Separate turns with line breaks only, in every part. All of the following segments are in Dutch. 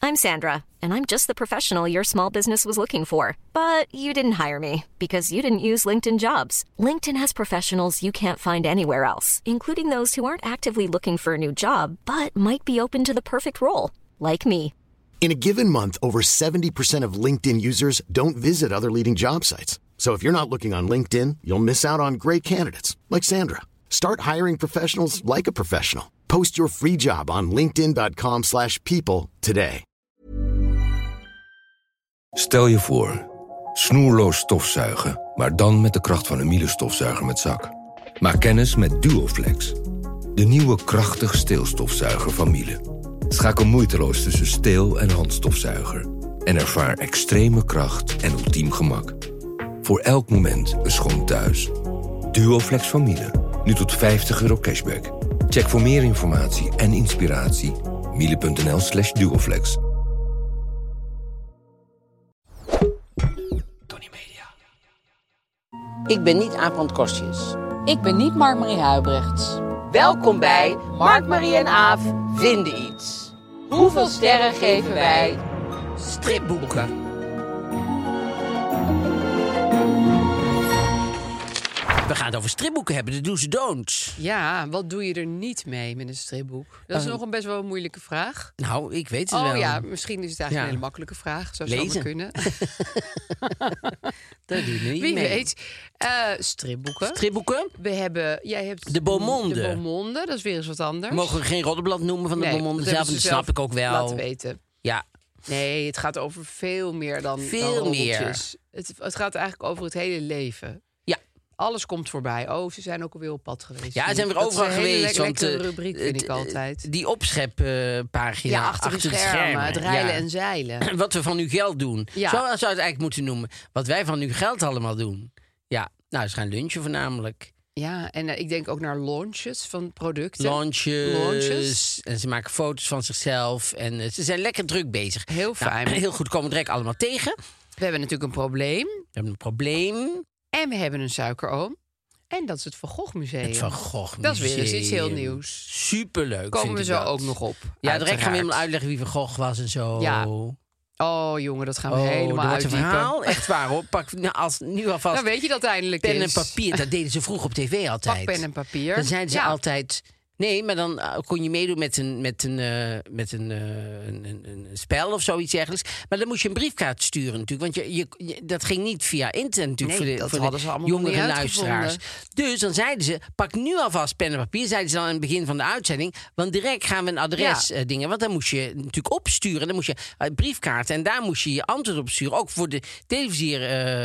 I'm Sandra, and I'm just the professional your small business was looking for. But you didn't hire me because you didn't use LinkedIn Jobs. LinkedIn has professionals you can't find anywhere else, including those who aren't actively looking for a new job, but might be open to the perfect role, like me.
In a given month, over 70% of LinkedIn users don't visit other leading job sites. So if you're not looking on LinkedIn, you'll miss out on great candidates, like Sandra. Start hiring professionals like a professional. Post your free job on linkedin.com/people today.
Stel je voor, snoerloos stofzuigen, maar dan met de kracht van een Miele stofzuiger met zak. Maak kennis met Duoflex, de nieuwe krachtig steelstofzuiger van Miele. Schakel moeiteloos tussen steel- en handstofzuiger en ervaar extreme kracht en ultiem gemak. Voor elk moment een schoon thuis. Duoflex van Miele, nu tot €50 cashback. Check voor meer informatie en inspiratie miele.nl/duoflex.
Ik ben niet Aaf Kostjes.
Ik ben niet Mark-Marie Huibrechts.
Welkom bij Mark-Marie en Aaf vinden iets. Hoeveel sterren geven wij stripboeken? We gaan het over stripboeken hebben, de do's en don'ts.
Ja, wat doe je er niet mee met een stripboek? Dat is nog een best wel een moeilijke vraag.
Nou, ik weet het wel.
Oh ja, misschien is het eigenlijk een hele makkelijke vraag. Zou
Lezen.
kunnen.
Dat doe je niet
Wie
mee.
weet. Stripboeken.
Stripboeken?
Jij hebt
De Beaumonde.
De Beaumonde, dat is weer eens wat anders.
Mogen we geen roddelblad noemen van de Beaumonde
dat
zelf?
hebben
Dat
ze
snap ik ook wel.
laten weten.
Ja.
Nee, het gaat over veel meer dan roddeltjes. Het gaat eigenlijk over het hele leven.
Ja.
Alles komt voorbij. Oh, ze zijn ook alweer op pad geweest.
Ja, ze zijn weer overal geweest.
Dat is een hele lekkere rubriek, vind ik altijd.
Die opscheppagina
Ja, achter de schermen. Het rijlen en zeilen.
Wat we van uw geld doen.
Ja.
Zo zou het eigenlijk moeten noemen. Wat wij van uw geld allemaal doen. Ja, nou, ze gaan lunchen voornamelijk.
Ja, en ik denk ook naar launches van producten.
Launches. En ze maken foto's van zichzelf. En ze zijn lekker druk bezig.
Heel fijn.
Nou, heel goed, komen we direct allemaal tegen.
We hebben natuurlijk een probleem.
We hebben een probleem.
En we hebben een suikeroom. En dat is het Van Gogh Museum.
Het Van Gogh Museum.
Dat is weer eens iets heel nieuws.
Superleuk.
Komen
vind
we
ik
zo
dat.
ook nog op.
Ja, direct gaan we
uiteraard.
helemaal uitleggen wie Van Gogh was en zo.
Ja. Oh jongen, dat gaan we helemaal
dat wordt een
uitdiepen.
verhaal. Echt waar hoor. Pak nu alvast
Dan weet je dat eindelijk
pen en
is.
papier. Dat deden ze vroeger op tv altijd.
Pak pen en papier.
Dan zeiden ze
Ja.
altijd... Nee, maar dan kon je meedoen met een spel of zoiets dergelijks. Maar dan moest je een briefkaart sturen natuurlijk. Want dat ging niet via internet natuurlijk
Nee,
voor
dat hadden ze
de
allemaal
jongere
nog niet
luisteraars.
uitgevonden.
Dus dan zeiden ze, pak nu alvast pen en papier. Zeiden ze dan aan het begin van de uitzending. Want direct gaan we een adres dingen. Want dan moest je natuurlijk opsturen. Dan moest je briefkaarten. En daar moest je je antwoord op sturen. Ook voor de televisie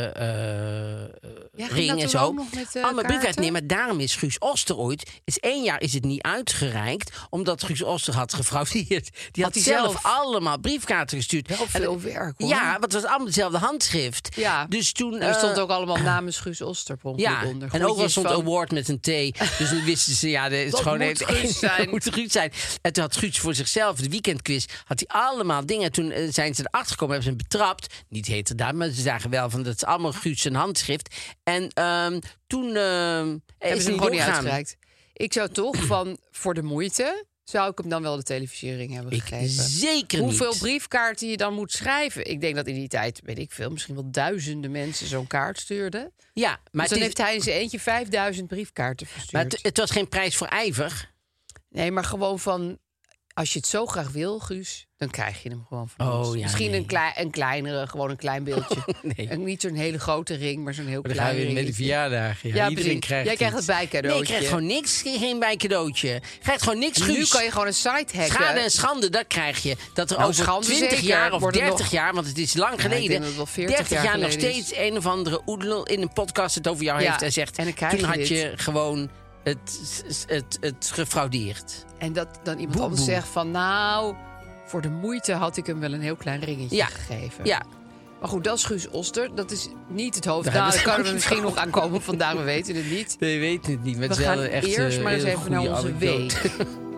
ging
ring
dat
en
toen
zo.
ook nog met,
Allemaal briefkaarten.
kaarten?
Nee, maar daarom is Guus Oster ooit... 1 jaar is het niet uitgereikt, omdat Guus Oster had gefraudeerd. Die had
hij
zelf
zelf
allemaal briefkaarten gestuurd.
Wel veel werk, hoor.
Ja, want het was allemaal dezelfde handschrift.
Ja.
Dus toen...
Er stond ook allemaal namens Guus Oster per ongeluk
Ja,
onder.
en overal
Groetjes
stond
van-
award met een T. Dus dan wisten ze, ja, het is
Dat
gewoon
moet
het
Guus zijn.
moet Guus zijn. En toen had Guus voor zichzelf, de weekendquiz, had hij allemaal dingen. Toen zijn ze erachter gekomen, hebben ze hem betrapt. Niet heterdaad, maar ze zagen wel van, dat is allemaal Guus zijn handschrift. En toen
Hebben
is
ze
het
hem
niet
gewoon niet
doorgegaan.
uitgereikt. Ik zou toch van, voor de moeite, zou ik hem dan wel de televisiering hebben gegeven.
Zeker niet.
Hoeveel briefkaarten je dan moet schrijven. Ik denk dat in die tijd, weet ik veel, misschien wel duizenden mensen zo'n kaart stuurden.
Ja, maar
Dus
het,
dan
is,
heeft hij in zijn eentje 5000 briefkaarten verstuurd.
maar het was geen prijs voor ijver.
Nee, maar gewoon van, als je het zo graag wil, Guus, dan krijg je hem gewoon van
Oh,
ons.
ja,
Misschien
nee.
een kleinere, gewoon een klein beeldje.
Nee.
En niet zo'n hele grote ring, maar zo'n heel
Dan
klein
gaan we weer
ring.
met de verjaardag. Ja, iedereen
precies.
krijgt
Jij krijgt
iets.
het bijcadeautje.
Nee, je krijgt gewoon niks. Geen bijcadeautje. Je krijgt gewoon niks,
En nu
Guus.
kan je gewoon een site hacken.
Schade en schande, dat krijg je. Dat er
Nou,
over
schande
20
zeker.
jaar of
Wordt het
30
nog-
jaar, want het is lang
ik
geleden.
denk dat het wel 40
30
jaar
nog
geleden is.
steeds een of andere oedel in een podcast het over jou
Ja,
heeft en zegt...
en dan krijg
toen
je
had
dit.
je gewoon het gefraudeerd.
En dat dan iemand
Boe,
anders
boe.
zegt van, nou, voor de moeite had ik hem wel een heel klein ringetje
Ja.
gegeven.
Ja,
Maar goed, dat is Guus Oster. Dat is niet het hoofd.
Daar
Nou,
hebben
daar
we
kunnen we
het
misschien nog aankomen vandaag. We weten het niet.
we weten het niet. Maar
We
het is wel
gaan
echt
eerst maar eens
een
even naar
goede
onze
anekdote.
week.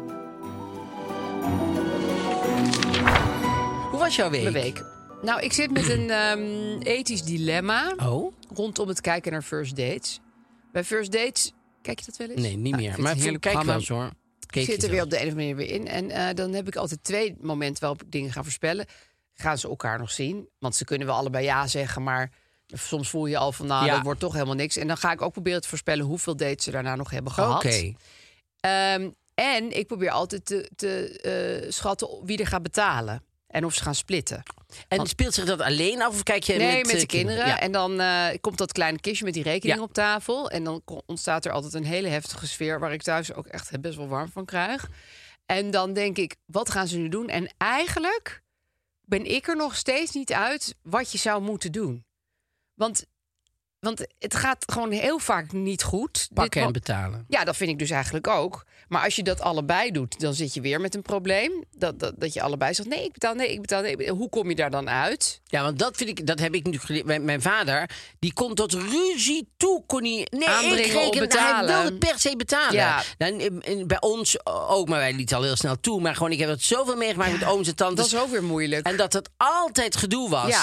Hoe was jouw week?
Mijn week. Nou, ik zit met een ethisch dilemma
Oh?
rondom het kijken naar first dates. Bij first dates, kijk je dat wel eens?
Nee, niet
Nou,
meer.
ik vind
Maar
het een heerlijk
kijk wel
programma.
eens hoor.
Ik zit er weer op de een of andere manier weer in. En dan heb ik altijd 2 momenten waarop ik dingen ga voorspellen. Gaan ze elkaar nog zien? Want ze kunnen wel allebei ja zeggen, maar soms voel je al van, dat wordt toch helemaal niks. En dan ga ik ook proberen te voorspellen hoeveel dates ze daarna nog hebben gehad.
Oké.
En ik probeer altijd te schatten wie er gaat betalen. En of ze gaan splitten.
En speelt zich dat alleen af of kijk je
met de kinderen? Ja. En dan komt dat kleine kistje met die rekening op tafel. En dan ontstaat er altijd een hele heftige sfeer... waar ik thuis ook echt best wel warm van krijg. En dan denk ik, wat gaan ze nu doen? En eigenlijk ben ik er nog steeds niet uit wat je zou moeten doen. Want het gaat gewoon heel vaak niet goed.
Pakken en betalen.
Ja, dat vind ik dus eigenlijk ook. Maar als je dat allebei doet, dan zit je weer met een probleem. Dat je allebei zegt, nee, ik betaal. Hoe kom je daar dan uit?
Ja, want dat heb ik nu geleerd. Mijn vader, die kon tot ruzie toe.
Aandringen op betalen.
Hij wilde per se betalen.
Ja.
Bij ons ook, maar wij lieten al heel snel toe. Maar gewoon, ik heb het zoveel meegemaakt met ooms en tantes.
Dat is ook weer moeilijk.
En dat het altijd gedoe was.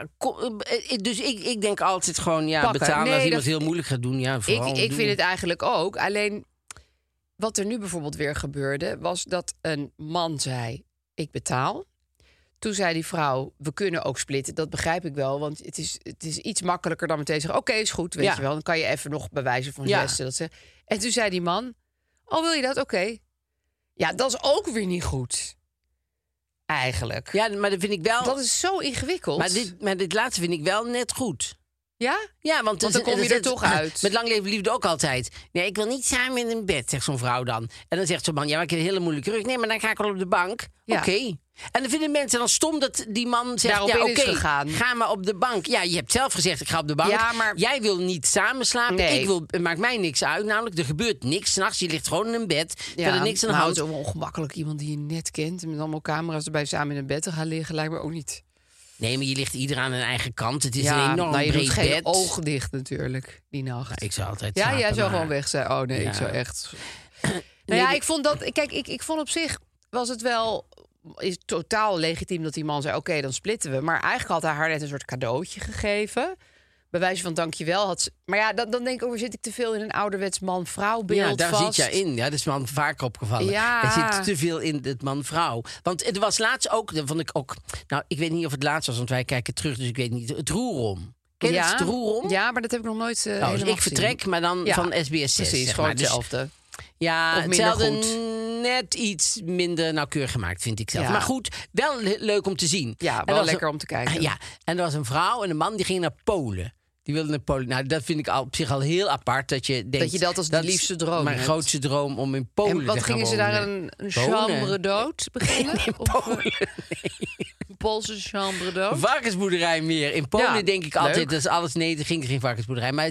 Dus ik denk altijd gewoon, betalen als iemand heel moeilijk gaat doen. Ja,
ik vind het eigenlijk ook. Alleen, wat er nu bijvoorbeeld weer gebeurde, was dat een man zei, ik betaal. Toen zei die vrouw, we kunnen ook splitten. Dat begrijp ik wel, want het is iets makkelijker dan meteen zeggen, oké, is goed, weet je wel. Dan kan je even nog bewijzen van gesten. En toen zei die man, wil je dat? Oké. Ja, dat is ook weer niet goed. Eigenlijk.
Ja, maar dat vind ik wel...
Dat is zo ingewikkeld.
Maar dit laatste vind ik wel net goed.
Ja?
Ja, want
dan kom je er toch uit.
Met lang leven liefde ook altijd. Nee, ik wil niet samen in een bed, zegt zo'n vrouw dan. En dan zegt zo'n man, maar ik heb een hele moeilijke rug. Nee, maar dan ga ik wel op de bank. Ja. Oké. En dan vinden mensen dan stom dat die man zegt, ga maar op de bank. Ja, je hebt zelf gezegd, ik ga op de bank. Ja, maar... Jij wil niet samen slapen. Nee. Het maakt mij niks uit. Namelijk, er gebeurt niks. 's Nachts, je ligt gewoon in een bed. Verder niks aan de hand.
Het is ongemakkelijk iemand die je net kent. Met allemaal camera's erbij samen in een bed te gaan liggen. Lijkt me ook niet.
Nee, maar je ligt ieder aan een eigen kant. Het is een enorm breed bed. Je doet
geen ogen dicht natuurlijk, die nacht.
Ja, ik zou altijd
slapen, jij zou gewoon weg zijn. Oh nee, ik zou echt... ik vond dat... Kijk, ik vond op zich was het wel... is totaal legitiem dat die man zei, oké, dan splitten we. Maar eigenlijk had hij haar net een soort cadeautje gegeven. Bij wijze van dankjewel had ze... Maar dan denk ik, zit ik te veel in een ouderwets man-vrouw beeld
Ja, daar
vast.
zit je in. Ja, dat is me al vaker opgevallen. Ja. Er zit te veel in het man-vrouw. Want het was laatst ook, dat vond ik ook... Nou, ik weet niet of het laatst was, want wij kijken terug, dus ik weet niet. Het Roerom. Ken je het Roerom?
Ja, maar dat heb ik nog nooit
dus ik vertrek, maar dan van SBS 6.
Precies, gewoon hetzelfde.
Ja, hetzelfde, net iets minder nauwkeurig gemaakt, vind ik zelf. Ja. Maar goed, wel leuk om te zien.
Ja, wel lekker om te kijken.
Ja, en er was een vrouw en een man die ging naar Polen. Die wilde naar Polen. Nou, dat vind ik op zich al heel apart. Dat je denkt,
dat je dat als de liefste droom
mijn grootste droom om in Polen te gaan wonen.
En wat gingen ze daar een chambre d'hôte beginnen?
In Polen,
Een Poolse chambre d'hôte?
Varkensboerderij meer. In Polen denk ik altijd, dat is alles... Nee, er ging geen varkensboerderij. Maar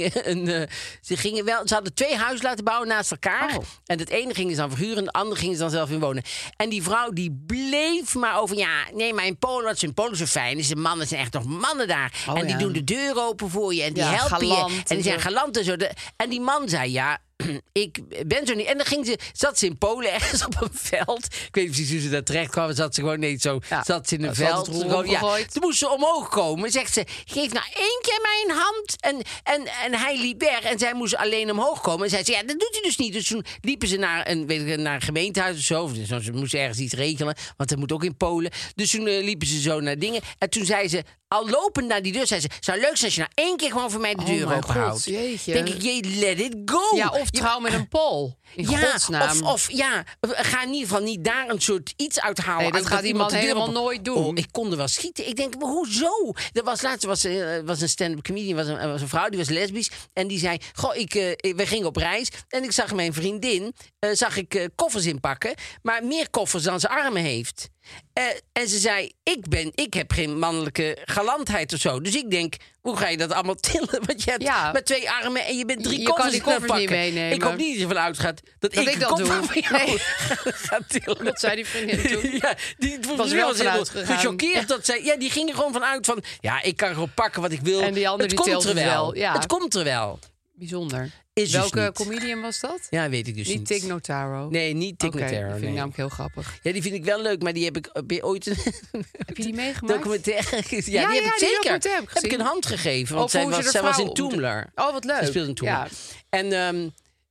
ze hadden 2 huizen laten bouwen naast elkaar. Oh. En het ene gingen ze dan verhuren en het andere gingen ze dan zelf in wonen. En die vrouw die bleef maar over... maar in Polen, wat is in Polen zo fijn is, de mannen zijn echt nog mannen daar. En die doen de deur open voor je en die helpen je. En die zijn galant en zo. En die man zei, ik ben zo niet. En dan zat ze in Polen ergens op een veld. Ik weet niet precies hoe ze daar terecht kwam. Zat ze gewoon zat ze in een veld. Toen moest ze omhoog komen. Zegt ze, geef nou 1 keer mij een hand. En hij liep weg. En zij moest alleen omhoog komen. En zei ze, dat doet hij dus niet. Dus toen liepen ze naar een gemeentehuis of zo. Ze moesten ergens iets regelen. Want dat moet ook in Polen. Dus toen liepen ze zo naar dingen. En toen zei ze, al lopend naar die deur, zei ze, zou leuk zijn als je nou 1 keer gewoon voor mij de deur open houdt. Denk ik, let it go.
Ja, of trouw met een Pool. In godsnaam.
Of ga in ieder geval niet daar een soort iets uithalen.
Nee, dat gaat iemand helemaal nooit doen.
Ik kon er wel schieten. Ik denk, maar hoezo? Laatst was een stand-up comedian, was een vrouw, die was lesbisch. En die zei, we gingen op reis. En ik zag mijn vriendin, koffers inpakken. Maar meer koffers dan ze armen heeft. En ze zei, ik heb geen mannelijke galantheid of zo. Dus ik denk, hoe ga je dat allemaal tillen? Want je hebt maar 2 armen en je bent 3 koffers
die koffers niet meenemen.
Ik hoop niet dat je ervan uitgaat dat ik dat doe. Ga tillen.
Dat zei die vriendin toen.
Die was wel gechoqueerd dat zij... Ja, die ging er gewoon vanuit van... Ja, ik kan gewoon pakken wat ik wil.
En die andere,
het komt er wel.
Ja.
Het komt er wel.
Bijzonder.
Welke
comedian was dat?
Ja, weet ik dus niet.
Niet Tig Notaro?
Nee, niet Tig Notaro.
Die vind ik namelijk heel grappig.
Ja, die vind ik wel leuk, maar die heb ik ooit...
Heb je die meegemaakt?
Documentaire. Ja, die heb ik zeker. Heb ik een hand gegeven, want zij was in Toomler.
Oh, wat leuk.
Ze speelde in Toomler. Ja. En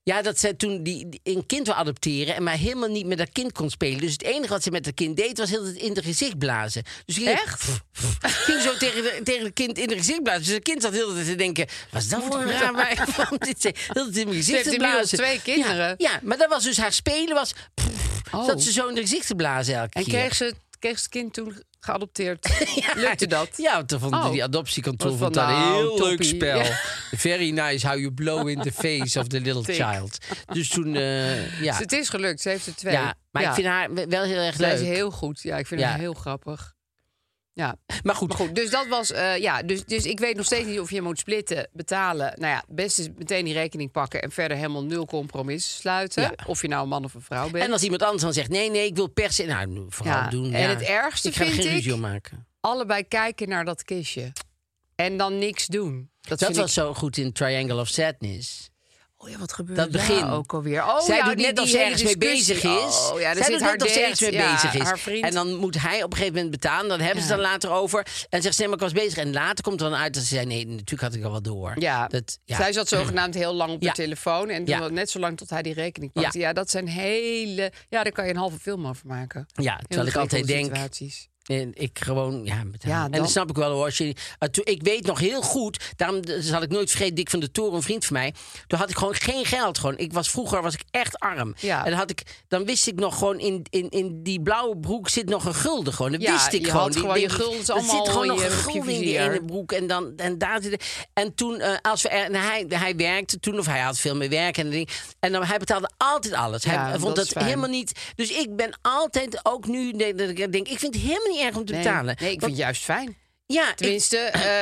Ja, dat zij toen een kind wil adopteren... en maar helemaal niet met dat kind kon spelen. Dus het enige wat ze met dat kind deed... was heel het in het gezicht blazen. Dus ging ging zo tegen het kind in het gezicht blazen. Dus het kind zat heel de tijd te denken... wat is dat voor een raar wijf van dit? Heel het in mijn gezicht te blazen.
2 kinderen.
Ja, maar dat was dus haar spelen. Zat ze zo in het gezicht te blazen elke keer.
En kreeg ze het kind toen geadopteerd? Lukte dat?
Ja, toen vond die adoptiekantoor vond dat een heel leuk spel. Ja. Very nice how you blow in the face of the little child. Dus toen,
Dus het is gelukt, ze heeft er 2.
Ja, maar ik vind haar wel heel erg leuk.
Zij is heel goed. Ja, ik vind haar heel grappig. Ja,
maar goed.
Dus dat was, dus ik weet nog steeds niet of je moet splitten, betalen. Nou ja, het beste is meteen die rekening pakken en verder helemaal 0 compromis sluiten. Ja. Of je nou een man of een vrouw bent.
En als iemand anders dan zegt, nee, ik wil per se, nou, vooral doen.
En het ergste
ik ga
vind
geen
ik,
ruzie maken.
Allebei kijken naar dat kistje en dan niks doen.
Dat was zo goed in Triangle of Sadness.
Oh ja, wat gebeurt
dat begin
ook alweer? Oh,
zij doet net of ze ergens mee bezig is.
Oh, ja,
zij doet net of ze ergens mee bezig is.
Haar vriend.
En dan moet hij op een gegeven moment betalen. Dan hebben ze het dan later over. En zegt ze, nee, maar ik was bezig. En later komt er dan uit dat ze zei, nee, natuurlijk had ik al wel door.
Ja, zij zat zogenaamd heel lang op de telefoon. En net zo lang tot hij die rekening pakte. Ja, dat zijn hele... Ja, daar kan je een halve film over maken.
Ja, terwijl ik altijd denk...
Situaties.
En ik gewoon, en dan snap ik wel hoor. Ik weet nog heel goed, daarom zal ik nooit vergeten, Dick van de Toren, een vriend van mij. Toen had ik gewoon geen geld. Vroeger was ik echt arm.
Ja.
En dan wist ik nog gewoon, in die blauwe broek zit nog een gulden gewoon. Dat wist ik gewoon.
Je gulden allemaal.
Er zit gewoon nog een gulden in die ene broek. En daar zit. En toen, hij werkte toen, of hij had veel meer werk en dan hij betaalde altijd alles. Hij vond dat helemaal niet. Dus ik ben altijd, ook nu, dat ik denk, ik vind het helemaal niet erg om te betalen.
Nee, ik vind het juist fijn.
Ja,
tenminste,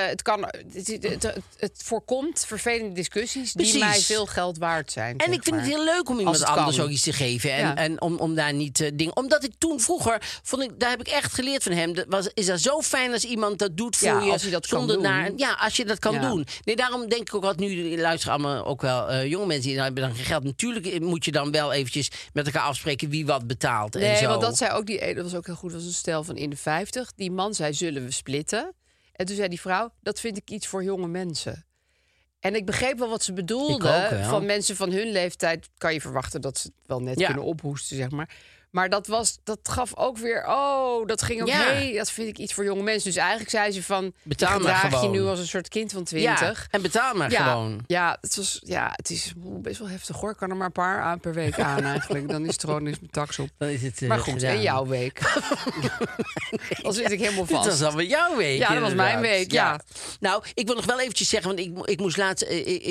het voorkomt vervelende discussies die mij veel geld waard zijn.
En ik vind het heel leuk om iemand anders ook iets te geven. En om daar niet dingen... Omdat ik toen vroeger, daar heb ik echt geleerd van hem. Is dat zo fijn als iemand dat doet voor je.
Als je dat kan doen.
Als je dat kan doen. Nee, daarom denk ik ook wat nu luisteren allemaal ook wel jonge mensen die hebben dan geen geld. Natuurlijk moet je dan wel eventjes met elkaar afspreken wie wat betaalt.
Nee,
en zo.
Want dat zei ook dat was ook heel goed. Dat was een stel van in de 50. Die man zei, zullen we splitten? En toen zei die vrouw, dat vind ik iets voor jonge mensen. En ik begreep wel wat ze bedoelde. Van mensen van hun leeftijd kan je verwachten dat ze het wel net kunnen ophoesten, zeg maar. Maar dat gaf ook weer, dat ging ook, dat vind ik iets voor jonge mensen. Dus eigenlijk zei ze van,
betaal maar gewoon.
Je nu als een soort kind van 20.
Ja, en betaal maar gewoon.
Ja, het is best wel heftig hoor. Ik kan er maar een paar aan per week aan eigenlijk. Dan is het gewoon mijn tax op.
Dan is het,
maar goed,
gedaan.
En jouw week? Dan zit ik helemaal vast.
Dat was alweer jouw week.
Ja, dat was mijn week, ja.
Nou, ik wil nog wel eventjes zeggen, want ik moest laatst...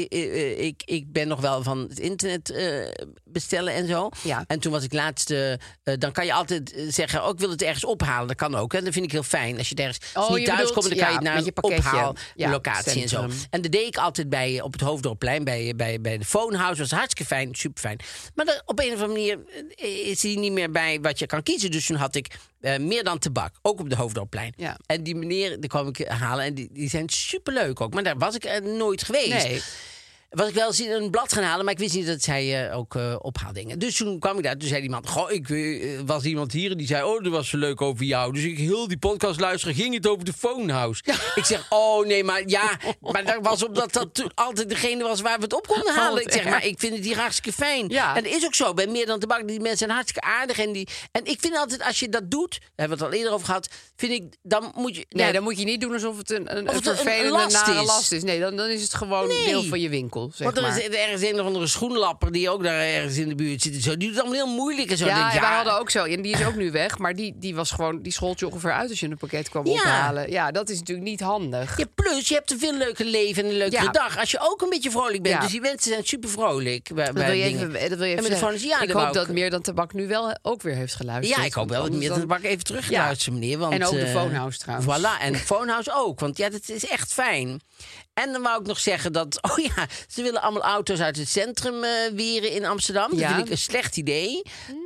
Ik ben nog wel van het internet bestellen en zo.
Ja.
En toen was ik laatst... dan kan je altijd zeggen, ik wil het ergens ophalen. Dat kan ook. En dat vind ik heel fijn. Als je het ergens niet thuis komt, dan kan je het naar een ophaallocatie en zo. En dat deed ik altijd op het Hoofddorpplein, bij de Phonehouse. Dat was hartstikke fijn, super fijn. Maar op een of andere manier is die niet meer bij wat je kan kiezen. Dus toen had ik meer dan tabak. Ook op de Hoofddorpplein.
Ja.
En die meneer, die kwam ik halen. En die zijn superleuk ook. Maar daar was ik nooit geweest.
Nee.
Was ik wel een blad gaan halen, maar ik wist niet dat zij ook ophaaldingen. Dus toen kwam ik daar, toen zei die man, was iemand hier en die zei, dat was zo leuk over jou. Dus ik heel die podcast luisteren, ging het over de Phonehouse. Ja. Ik zeg, nee, maar dat was omdat dat altijd degene was waar we het op konden halen. Ik zeg, maar ik vind het hier hartstikke fijn.
Ja.
En dat is ook zo, bij Meer dan Tabak, die mensen zijn hartstikke aardig. En ik vind altijd, als je dat doet, daar hebben we het al eerder over gehad, vind ik, dan moet je...
Nee, dan moet je niet doen alsof het een vervelende, nare last is. Nee, dan is het gewoon deel van je winkel.
Want er is ergens een of andere schoenlapper die ook daar ergens in de buurt zit. Zo. Die doet het allemaal heel moeilijk en zo.
Ja, wij hadden ook zo. En die is ook nu weg. Maar die was gewoon, die schold je ongeveer uit als je een pakket kwam ophalen. Ja, dat is natuurlijk niet handig.
Ja, plus je hebt een veel leuker leven en een leukere dag. Als je ook een beetje vrolijk bent. Ja. Dus die mensen zijn super vrolijk.
Dat wil je even zeggen. Ik hoop dat Meer dan Tabak nu wel ook weer heeft geluisterd.
Ja, ik hoop wel dat Meer dan Tabak even teruggeluisterd, meneer. Want,
en ook de Phonehouse trouwens.
Voilà, en de Phonehouse ook. Want dat is echt fijn. En dan wou ik nog zeggen dat... ze willen allemaal auto's uit het centrum weren in Amsterdam. Dat vind ik een slecht idee.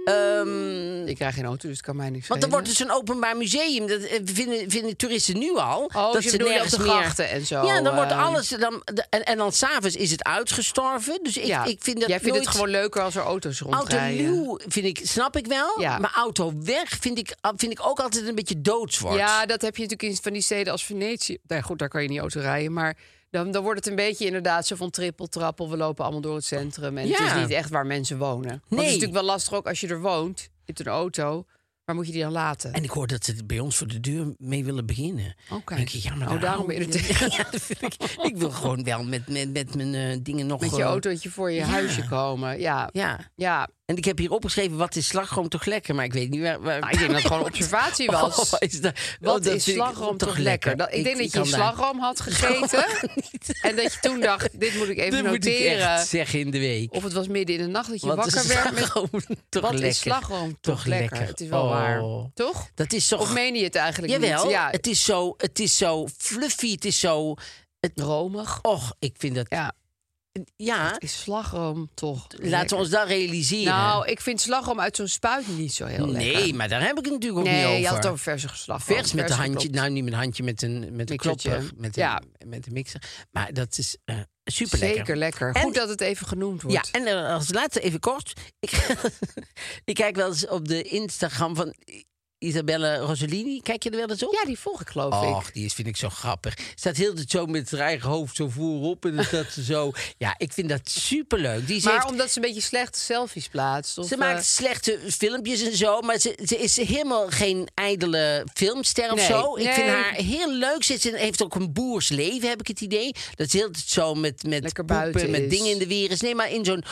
Ik krijg geen auto, dus het kan mij niks
Want er wordt dus een openbaar museum. Dat vinden toeristen nu al.
Dat ze nergens op de grachten en zo.
Ja, dan wordt alles... En dan s'avonds is het uitgestorven. Dus ik vind dat
jij vindt het gewoon leuker als er auto's rondrijden.
Auto nieuw snap ik wel. Ja. Maar auto weg vind ik ook altijd een beetje doodsword.
Ja, dat heb je natuurlijk in van die steden als Venetië. Goed, daar kan je niet auto rijden, maar... Dan wordt het een beetje inderdaad zo van trippeltrappel. We lopen allemaal door het centrum. En het is niet echt waar mensen wonen. Want het is natuurlijk wel lastig ook als je er woont. Je hebt een auto. Waar moet je die dan laten?
En ik hoor dat ze bij ons voor de deur mee willen beginnen.
Oké.
Denk ik, maar
daarom ben je er tegen.
Ja, dat vind ik wil gewoon wel met mijn dingen nog...
Met je autootje voor je huisje komen. Ja.
En ik heb hier opgeschreven, wat is slagroom toch lekker? Maar ik weet niet waar...
Nou, ik denk dat het gewoon observatie was. Wat is slagroom toch lekker? Ik denk dat je slagroom had gegeten. En dat je toen dacht, dit moet ik even noteren.
Moet ik echt zeggen in de week.
Of het was midden in de nacht dat je wakker werd met... Wat is slagroom toch lekker? Het is wel waar. Toch?
Dat is zo...
Of meen je het eigenlijk
Jawel,
niet? Ja,
het is zo fluffy, het is zo...
romig.
Och, ik vind dat... Ja.
Wat is slagroom toch
Laten we ons dat realiseren.
Nou, ik vind slagroom uit zo'n spuit niet zo heel lekker.
Nee, maar daar heb ik het natuurlijk ook niet over.
Nee, je had het over verse slagroom.
Vers met een handje. Nou, niet met een handje, met een klopper. Met een mixer. Maar dat is super lekker.
Zeker lekker. Goed dat het even genoemd wordt.
Ja, en als laatste even kort. Ik kijk wel eens op de Instagram van... Isabelle Rossellini, kijk je er wel eens op?
Ja, die volg ik, geloof ik.
Och, die vind ik zo grappig. Staat heel de tijd zo met haar eigen hoofd zo voorop. En dan staat ze zo... Ja, ik vind dat superleuk.
Maar omdat ze een beetje slechte selfies plaatst? Of,
ze maakt slechte filmpjes en zo. Maar ze is helemaal geen ijdele filmster of zo. Ik vind haar heel leuk. Ze heeft ook een boers leven, heb ik het idee. Dat ze heel de tijd zo met poepen, met dingen in de weer is. Nee, maar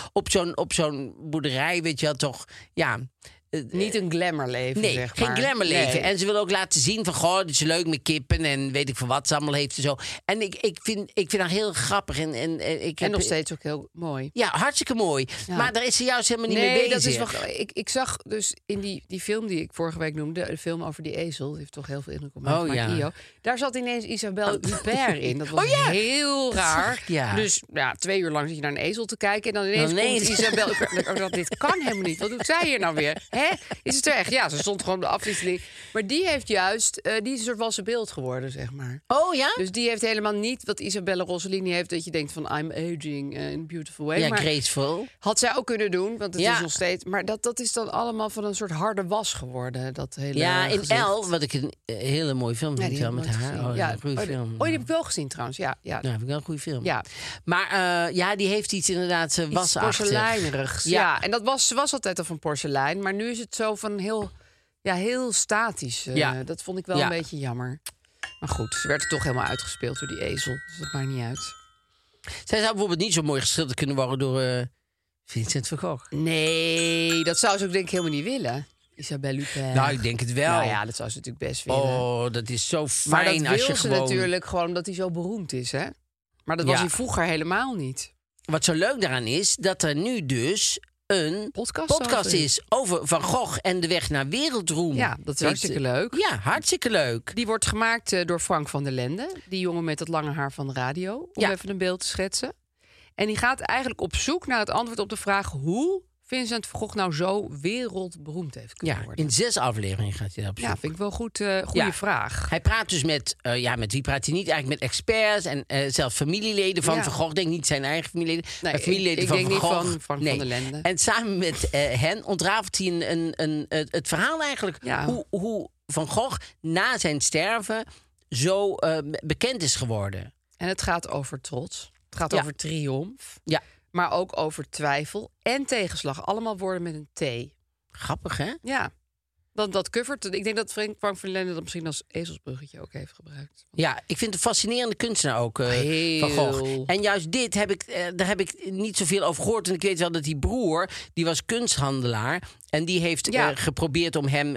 op zo'n boerderij, weet je wel, toch... Ja...
Niet een glamourleven,
nee,
zeg maar.
Geen glamourleven.
Nee.
En ze wil ook laten zien van... Goh, het is leuk met kippen en weet ik van wat ze allemaal heeft en zo. En ik vind haar heel grappig. En
nog steeds ook heel mooi.
Ja, hartstikke mooi. Ja. Maar daar is ze juist helemaal niet mee bezig.
Dat is wel, ik zag dus in die film die ik vorige week noemde... de film over die ezel, die heeft toch heel veel indruk op mij gemaakt. Daar zat ineens Isabelle Huppert in. Dat was heel raar.
Ja.
Dus 2 uur lang zit je naar een ezel te kijken... en dan ineens komt Isabelle Huppert. Dit kan helemaal niet. Wat doet zij hier nou weer? Hè? Is het echt? Ja, ze stond gewoon op de afwisseling. Maar die heeft juist... die is een soort wassen beeld geworden, zeg maar.
Oh ja?
Dus die heeft helemaal niet wat Isabelle Rossellini heeft... dat je denkt van I'm aging in a beautiful way.
Ja,
maar
graceful.
Had zij ook kunnen doen, want het is nog steeds... Maar dat is dan allemaal van een soort harde was geworden. Dat hele
in
gezicht.
Elle, wat ik een hele mooie film vind wel met haar. Een goede film.
Die heb ik wel gezien trouwens, ja.
Nou, vind ik wel een goede film.
Ja.
Maar die heeft iets inderdaad wasachtig.
Porseleinerigs. Ja, en ze was altijd al van porselein, maar nu is het zo van heel statisch. Dat vond ik wel een beetje jammer. Maar goed, ze werd er toch helemaal uitgespeeld door die ezel. Dus dat maakt niet uit.
Zij zou bijvoorbeeld niet zo mooi geschilderd kunnen worden door Vincent van Gogh.
Nee, dat zou ze ook denk ik helemaal niet willen. Isabelle Huppert.
Nou, ik denk het wel.
Nou ja, dat zou ze natuurlijk best willen.
Oh, dat is zo fijn.
Maar dat
als je
wil ze natuurlijk gewoon omdat hij zo beroemd is, hè? Maar dat was hij vroeger helemaal niet.
Wat zo leuk daaraan is, dat er nu dus een podcast is over Van Gogh en de weg naar wereldroem.
Ja, dat is hartstikke leuk.
Ja, hartstikke leuk.
Die wordt gemaakt door Frank van der Lende. Die jongen met het lange haar van de radio. Om even een beeld te schetsen. En die gaat eigenlijk op zoek naar het antwoord op de vraag... hoe Vincent van Gogh nou zo wereldberoemd heeft kunnen worden.
In 6 afleveringen gaat hij op zoek.
Ja, vind ik wel goed. Goede vraag.
Hij praat dus met wie praat hij niet? Eigenlijk met experts en zelfs familieleden van Van Gogh. Ik denk niet zijn eigen familieleden, maar familieleden van Van Gogh.
Ik denk niet van Van der Lende.
En samen met hen ontrafelt hij het verhaal eigenlijk. Ja. Hoe Van Gogh na zijn sterven zo bekend is geworden.
En het gaat over trots. Het gaat over triomf.
Ja.
Maar ook over twijfel en tegenslag. Allemaal woorden met een T.
Grappig, hè?
Ja. Dat covert. Ik denk dat Frank van der Lende dat misschien als ezelsbruggetje ook heeft gebruikt.
Ja, ik vind het een fascinerende kunstenaar ook, Van Gogh. En juist dit daar heb ik niet zoveel over gehoord. En ik weet wel dat die broer, die was kunsthandelaar. En die heeft geprobeerd om hem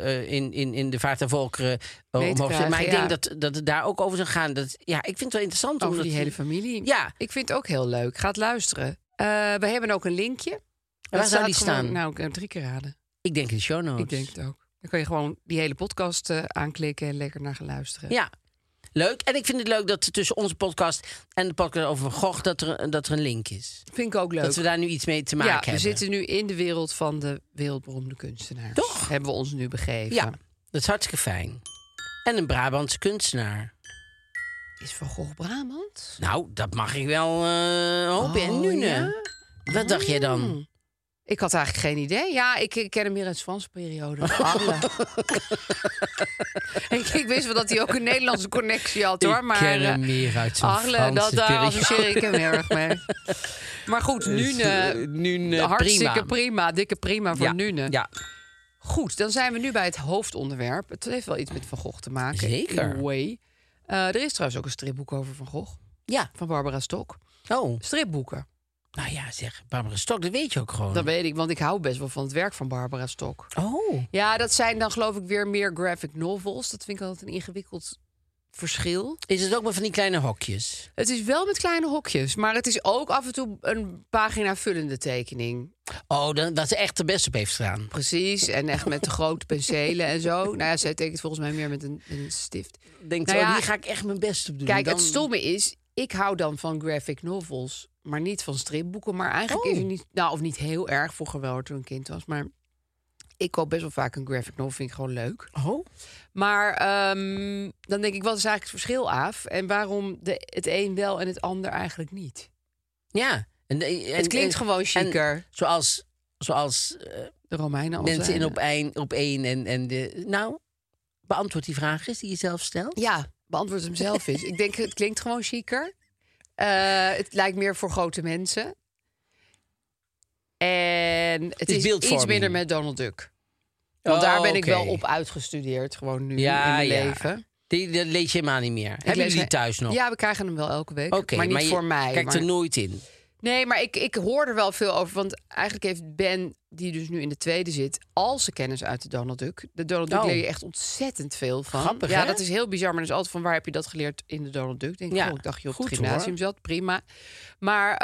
in de Vaart der Volkeren omhoog te krijgen. Maar ik denk dat het daar ook over zou gaan. Ik vind het wel interessant.
Over die hele familie.
Ja.
Ik vind het ook heel leuk. Ga het luisteren. We hebben ook een linkje.
Waar zou die staan?
Nou, 3 keer raden.
Ik denk in de show notes.
Ik denk het ook. Dan kan je gewoon die hele podcast aanklikken en lekker naar gaan luisteren.
Ja, leuk. En ik vind het leuk dat tussen onze podcast en de podcast over Van Gogh... dat er een link is.
Vind ik ook leuk.
Dat we daar nu iets mee te maken hebben.
We zitten nu in de wereld van de wereldberoemde kunstenaars.
Toch?
Hebben we ons nu begeven.
Ja, dat is hartstikke fijn. En een Brabantse kunstenaar.
Is Van Gogh Brabant?
Nou, dat mag ik wel hopen. En nu,
ja?
Wat dacht jij dan?
Ik had eigenlijk geen idee. Ja, ik ken hem meer uit de Franse periode. Arle. ik wist wel dat hij ook een Nederlandse connectie had, hoor. Maar
ken hem meer uit zijn
Arle,
Franse
daar
periode.
associeer ik hem heel erg mee. Maar goed, Nune, hartstikke prima. Dikke prima voor Nune.
Ja.
Goed, dan zijn we nu bij het hoofdonderwerp. Het heeft wel iets met Van Gogh te maken.
Zeker.
In a way. Er is trouwens ook een stripboek over Van Gogh.
Ja.
Van Barbara Stok.
Oh.
Stripboeken.
Nou ja, zeg. Barbara Stok, dat weet je ook gewoon.
Dat weet ik, want ik hou best wel van het werk van Barbara Stok.
Oh.
Ja, dat zijn dan geloof ik weer meer graphic novels. Dat vind ik altijd een ingewikkeld verschil.
Is het ook maar van die kleine hokjes?
Het is wel met kleine hokjes, maar het is ook af en toe een pagina vullende tekening.
Oh, dat ze echt de best op heeft gedaan.
Precies, en echt met de grote penselen en zo. Nou ja, zij tekent volgens mij meer met een stift.
Denk
Nou
zo,
ja,
hier ga ik echt mijn best op doen.
Kijk,
Dan-
het stomme is, ik hou dan van graphic novels, maar niet van stripboeken. Maar eigenlijk is er niet, nou of niet heel erg, vroeger wel toen ik een kind was. Maar ik koop best wel vaak een graphic novel, vind ik gewoon leuk.
Oh.
Maar dan denk ik, wat is eigenlijk het verschil, Aaf? En waarom het een wel en het ander eigenlijk niet?
Ja.
Het klinkt gewoon chiquer.
En zoals
De Romeinen al
mensen in
zeiden.
op één en de... Nou, beantwoord die vraag eens die je zelf stelt.
Ja, beantwoord hem zelf eens. Ik denk, het klinkt gewoon chiquer. Het lijkt meer voor grote mensen. En het is iets
beeldvorming.
minder met Donald Duck. Want daar ben ik wel op uitgestudeerd, gewoon nu in mijn leven.
Die lees je helemaal niet meer. Hebben jullie die thuis nog?
Ja, we krijgen hem wel elke week.
Oké,
maar niet
je
voor mij.
kijkt er nooit in.
Nee, maar ik hoor er wel veel over. Want eigenlijk heeft Ben, die dus nu in de tweede zit, al zijn kennis uit de Donald Duck. De Donald Duck leer je echt ontzettend veel van.
Grappig,
ja,
hè?
dat is heel bizar. Maar dat is altijd van, waar heb je dat geleerd in de Donald Duck? Denk ik,
Ja,
ik dacht je op
goed,
het gymnasium
hoor.
zat. Prima. Maar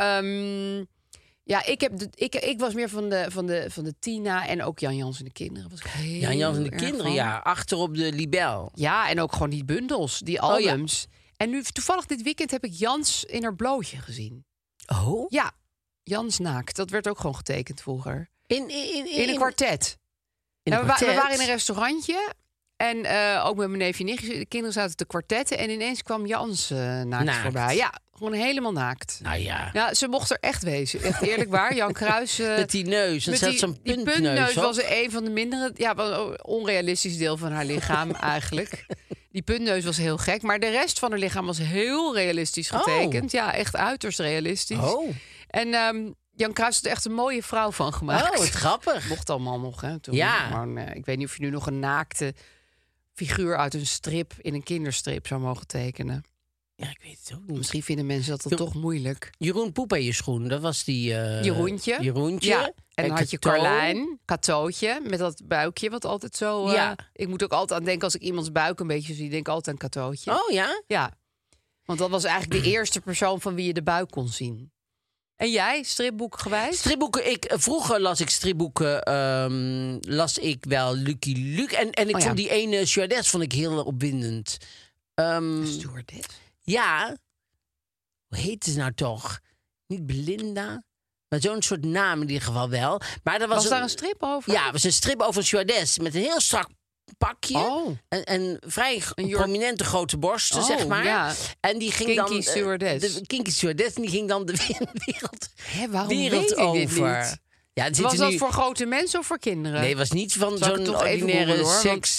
ja, ik was meer van de Tina en ook Jan Jans en de kinderen. Was ik heel
Ja, Jan en de
erg
kinderen,
van.
ja. Achter op de libel.
Ja, en ook gewoon die bundels, die
ja.
albums. En nu toevallig dit weekend heb ik Jans in haar blootje gezien.
Oh?
Ja, Jans naakt. Dat werd ook gewoon getekend vroeger.
In
In een kwartet.
In
Nou,
een
we
kwartet?
waren in een restaurantje. En ook met mijn neefje en nichtje. De kinderen zaten te kwartetten. En ineens kwam Jans naakt voorbij. Ja, gewoon helemaal naakt.
Nou ja.
Ja, ze mocht er echt wezen. Echt eerlijk waar. Jan Kruis.
Met die neus. Dan zat zo'n
die
puntneus
puntneus
op.
was een van de mindere... Ja, wel een onrealistisch deel van haar lichaam eigenlijk. Die puntneus was heel gek. Maar de rest van haar lichaam was heel realistisch getekend. Ja, echt uiterst realistisch.
Oh.
En Jan Kruis had er echt een mooie vrouw van gemaakt.
Oh, wat grappig.
Mocht allemaal nog, hè? Toen.
Ja.
Gewoon, ik weet niet of je nu nog een naakte figuur uit een strip in een kinderstrip zou mogen tekenen.
Ja, ik weet het ook niet.
Misschien vinden mensen dat dan toch moeilijk.
Jeroen Poep in je schoen, dat was die...
Jeroentje.
Jeroentje.
Ja. En dan had je
Cato.
Carlijn, Katootje, met dat buikje wat altijd zo...
Ja.
Ik moet ook altijd aan denken, als ik iemands buik een beetje zie, denk ik altijd aan Katootje.
Oh ja?
Ja. Want dat was eigenlijk de eerste persoon van wie je de buik kon zien. En jij, stripboek gewijs?
Stripboeken, vroeger las ik stripboeken, las ik wel Lucky Luke. En ik
Oh ja.
vond die ene stewardess vond ik heel opwindend.
Stewardess.
Ja, hoe heet ze nou toch? Niet Belinda, maar zo'n soort naam in ieder geval wel. Maar er
Was daar een strip over?
Ja, het was een strip over een stewardess met een heel strak pakje.
Oh.
En vrij
Een
prominente grote borsten,
Oh,
zeg maar.
ja.
En die ging
Kinky
dan...
stewardess.
De kinky stewardess. En die ging dan de wereld,
Hè, waarom
wereld
weet ik dit
over.
niet?
Ja, er
Was
zitten
dat
nu...
voor grote mensen of voor kinderen?
Nee, het was niet van
Zal ik het
zo'n
toch even
ordinaire
googlen, hoor,
seks...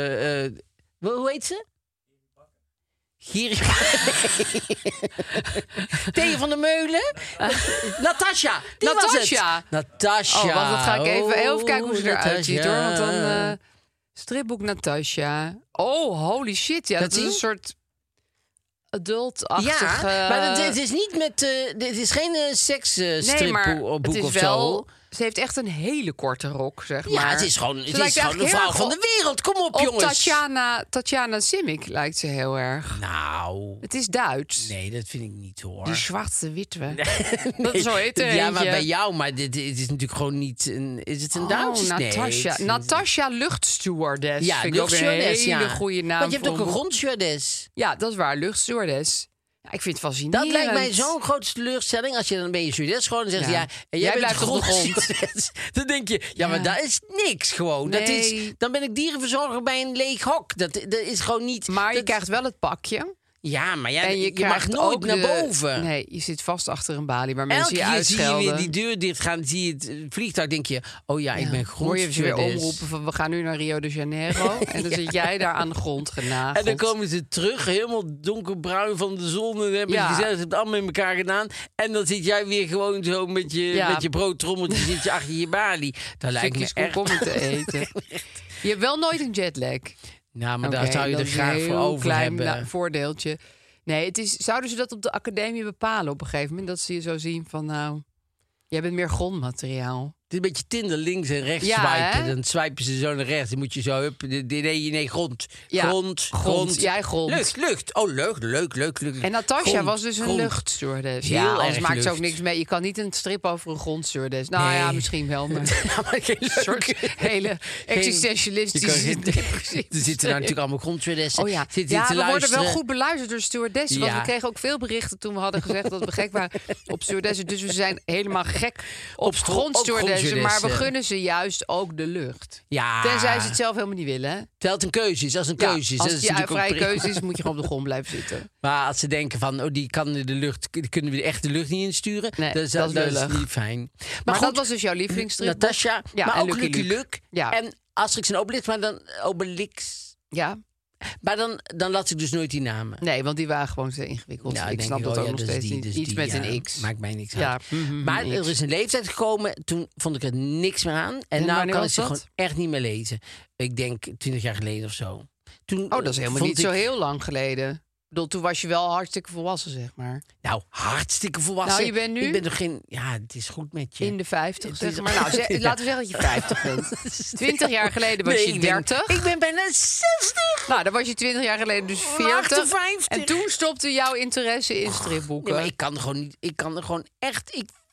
hoe heet ze? Giri. Thea van der Meulen? Natasja. Die was
Natasja.
het. Natasja.
Oh, want dat ga ik even kijken hoe ze eruit
Natasja.
ziet, hoor. Want dan stripboek Natasja. Oh, holy shit. Ja, dat is
zie
een
je?
soort adult-achtig...
Ja, maar het is niet met... dit is geen seksstripboek
nee, maar
boek
het is
of
wel...
zo.
Ze heeft echt een hele korte rok, zeg
Ja,
maar.
het is gewoon,
Ze
het
lijkt
is gewoon de
eigenlijk
vrouw
heel
van
erg
de wereld. Kom op,
op
jongens.
Tatjana Simic lijkt ze heel erg.
Nou,
Het is Duits.
nee, dat vind ik niet, hoor.
Die zwarte witwe. Dat is zo heet er
Ja, maar
eentje.
bij jou, maar dit is natuurlijk gewoon niet een... Is het een Duits?
Natasja.
Nee,
Natasja Luchtstewardess.
Ja,
vind ik ook een
luchtstewardess,
hele
ja.
goede naam.
Want je hebt
voor
ook een
boek.
grondstewardess.
Ja, dat is waar. Luchtstewardess. Ja, ik vind het fascinerend.
Dat lijkt mij zo'n grote teleurstelling. Als je dan ben je stewardess gewoon en zegt...
Ja.
Ja, en
Jij
bent
blijft op de grond.
grondstewardess. Dan denk je, ja, maar dat is niks gewoon. Dat
Nee.
is, dan ben ik dierenverzorger bij een leeg hok. Dat is gewoon niet...
Maar je
dat-
krijgt wel het pakje.
Ja, maar ja,
En
je mag
krijgt
nooit
ook
naar boven.
Nee, je zit vast achter een balie waar mensen
Elke
je
keer zie je
uitschelden.
weer die deur dicht gaan, zie je het vliegtuig, denk je... oh ja, ik ben
Hoor je ze weer
grondstewardess.
omroepen van we gaan nu naar Rio de Janeiro. En dan zit jij daar aan de grond genageld.
En dan komen ze terug, helemaal donkerbruin van de zon. En dan hebben ze gezellig, ze hebben het allemaal met elkaar gedaan. En dan zit jij weer gewoon zo met je broodtrommeltje zit je achter je balie. Dat lijkt me
stukjes
echt...
komkommer te eten. Je hebt wel nooit een jetlag.
Nou, maar
Oké,
daar zou je
dat
er
is
graag
een
voor
heel
over
klein
hebben.
voordeeltje. Nee, zouden ze dat op de academie bepalen op een gegeven moment? Dat ze je zo zien van, nou, jij bent meer grondmateriaal.
Het is een beetje Tinder links en rechts
Ja,
swipen.
hè?
Dan swipen ze zo naar rechts. Dan moet je zo... Nee, grond.
Ja,
Grond.
Jij grond.
Lucht. Oh, leuk.
En Natasja
Grond,
was dus een
grond.
luchtstewardess.
Heel
Ja, anders
erg
maakt ze ook
lucht.
niks mee. Je kan niet een strip over een grondstewardess. Nou ja,
Nee.
misschien wel. Maar
Ja, maar geen
een soort hele existentialistische...
Je kan Er zitten nou natuurlijk allemaal grondstewardessen.
Oh ja,
Zitten
ja
te
we worden wel
luisteren.
goed beluisterd door stewardessen. Want
Ja.
we kregen ook veel berichten toen we hadden gezegd dat we gek waren op stewardessen. Dus we zijn helemaal gek op grondstewardessen. Maar we gunnen ze juist ook de lucht.
Ja.
Tenzij ze het zelf helemaal niet willen. Hè?
Terwijl het een keuze is. Als een
Ja,
keuze is.
als
dat
het
is
je
natuurlijk ook
vrije
prima.
keuze is, moet je gewoon op de grond blijven zitten.
Maar als ze denken van, oh, die kan de lucht, die kunnen we echt de lucht niet insturen.
Nee,
dat is
lullig.
niet fijn.
Maar
goed,
dat was dus jouw lievelingsstrip.
Natasja,
Ja,
maar
en
ook
Lucky
Lucky
Luke.
Luke.
Ja.
En Asterix en Obelix, maar dan Obelix.
Ja,
Maar dan las ik dus nooit die namen.
nee, want die waren gewoon te ingewikkeld.
Ja,
ik
denk
snap dat
oh
ook
ja,
nog
dat is
steeds
die,
niet.
dat is
Iets
die,
met
ja,
een X.
Maakt mij niks
Ja,
uit. Maar
een
er
X.
is een leeftijd gekomen, toen vond ik er niks meer aan. En nou
wanneer
kan ik
was
ze
dat?
gewoon echt niet meer lezen. Ik denk 20 jaar geleden of zo. Toen,
Oh, dat is helemaal
vond
niet
ik-
zo heel lang geleden. Ik bedoel, toen was je wel hartstikke volwassen, zeg maar.
Nou, hartstikke volwassen.
Nou, je bent nu-
Ik ben nog geen... Ja, het is goed met je.
In de 50,
Het
zeg
is-
maar. Nou, laten we zeggen dat je 50 bent. 20 jaar geleden was
Nee,
je
ik ben-
30.
Ik ben bijna 60.
Nou, dan was je 20 jaar geleden dus 40.
58.
En toen stopte jouw interesse in stripboeken.
Nee, maar ik kan er gewoon niet... Ik kan er gewoon echt...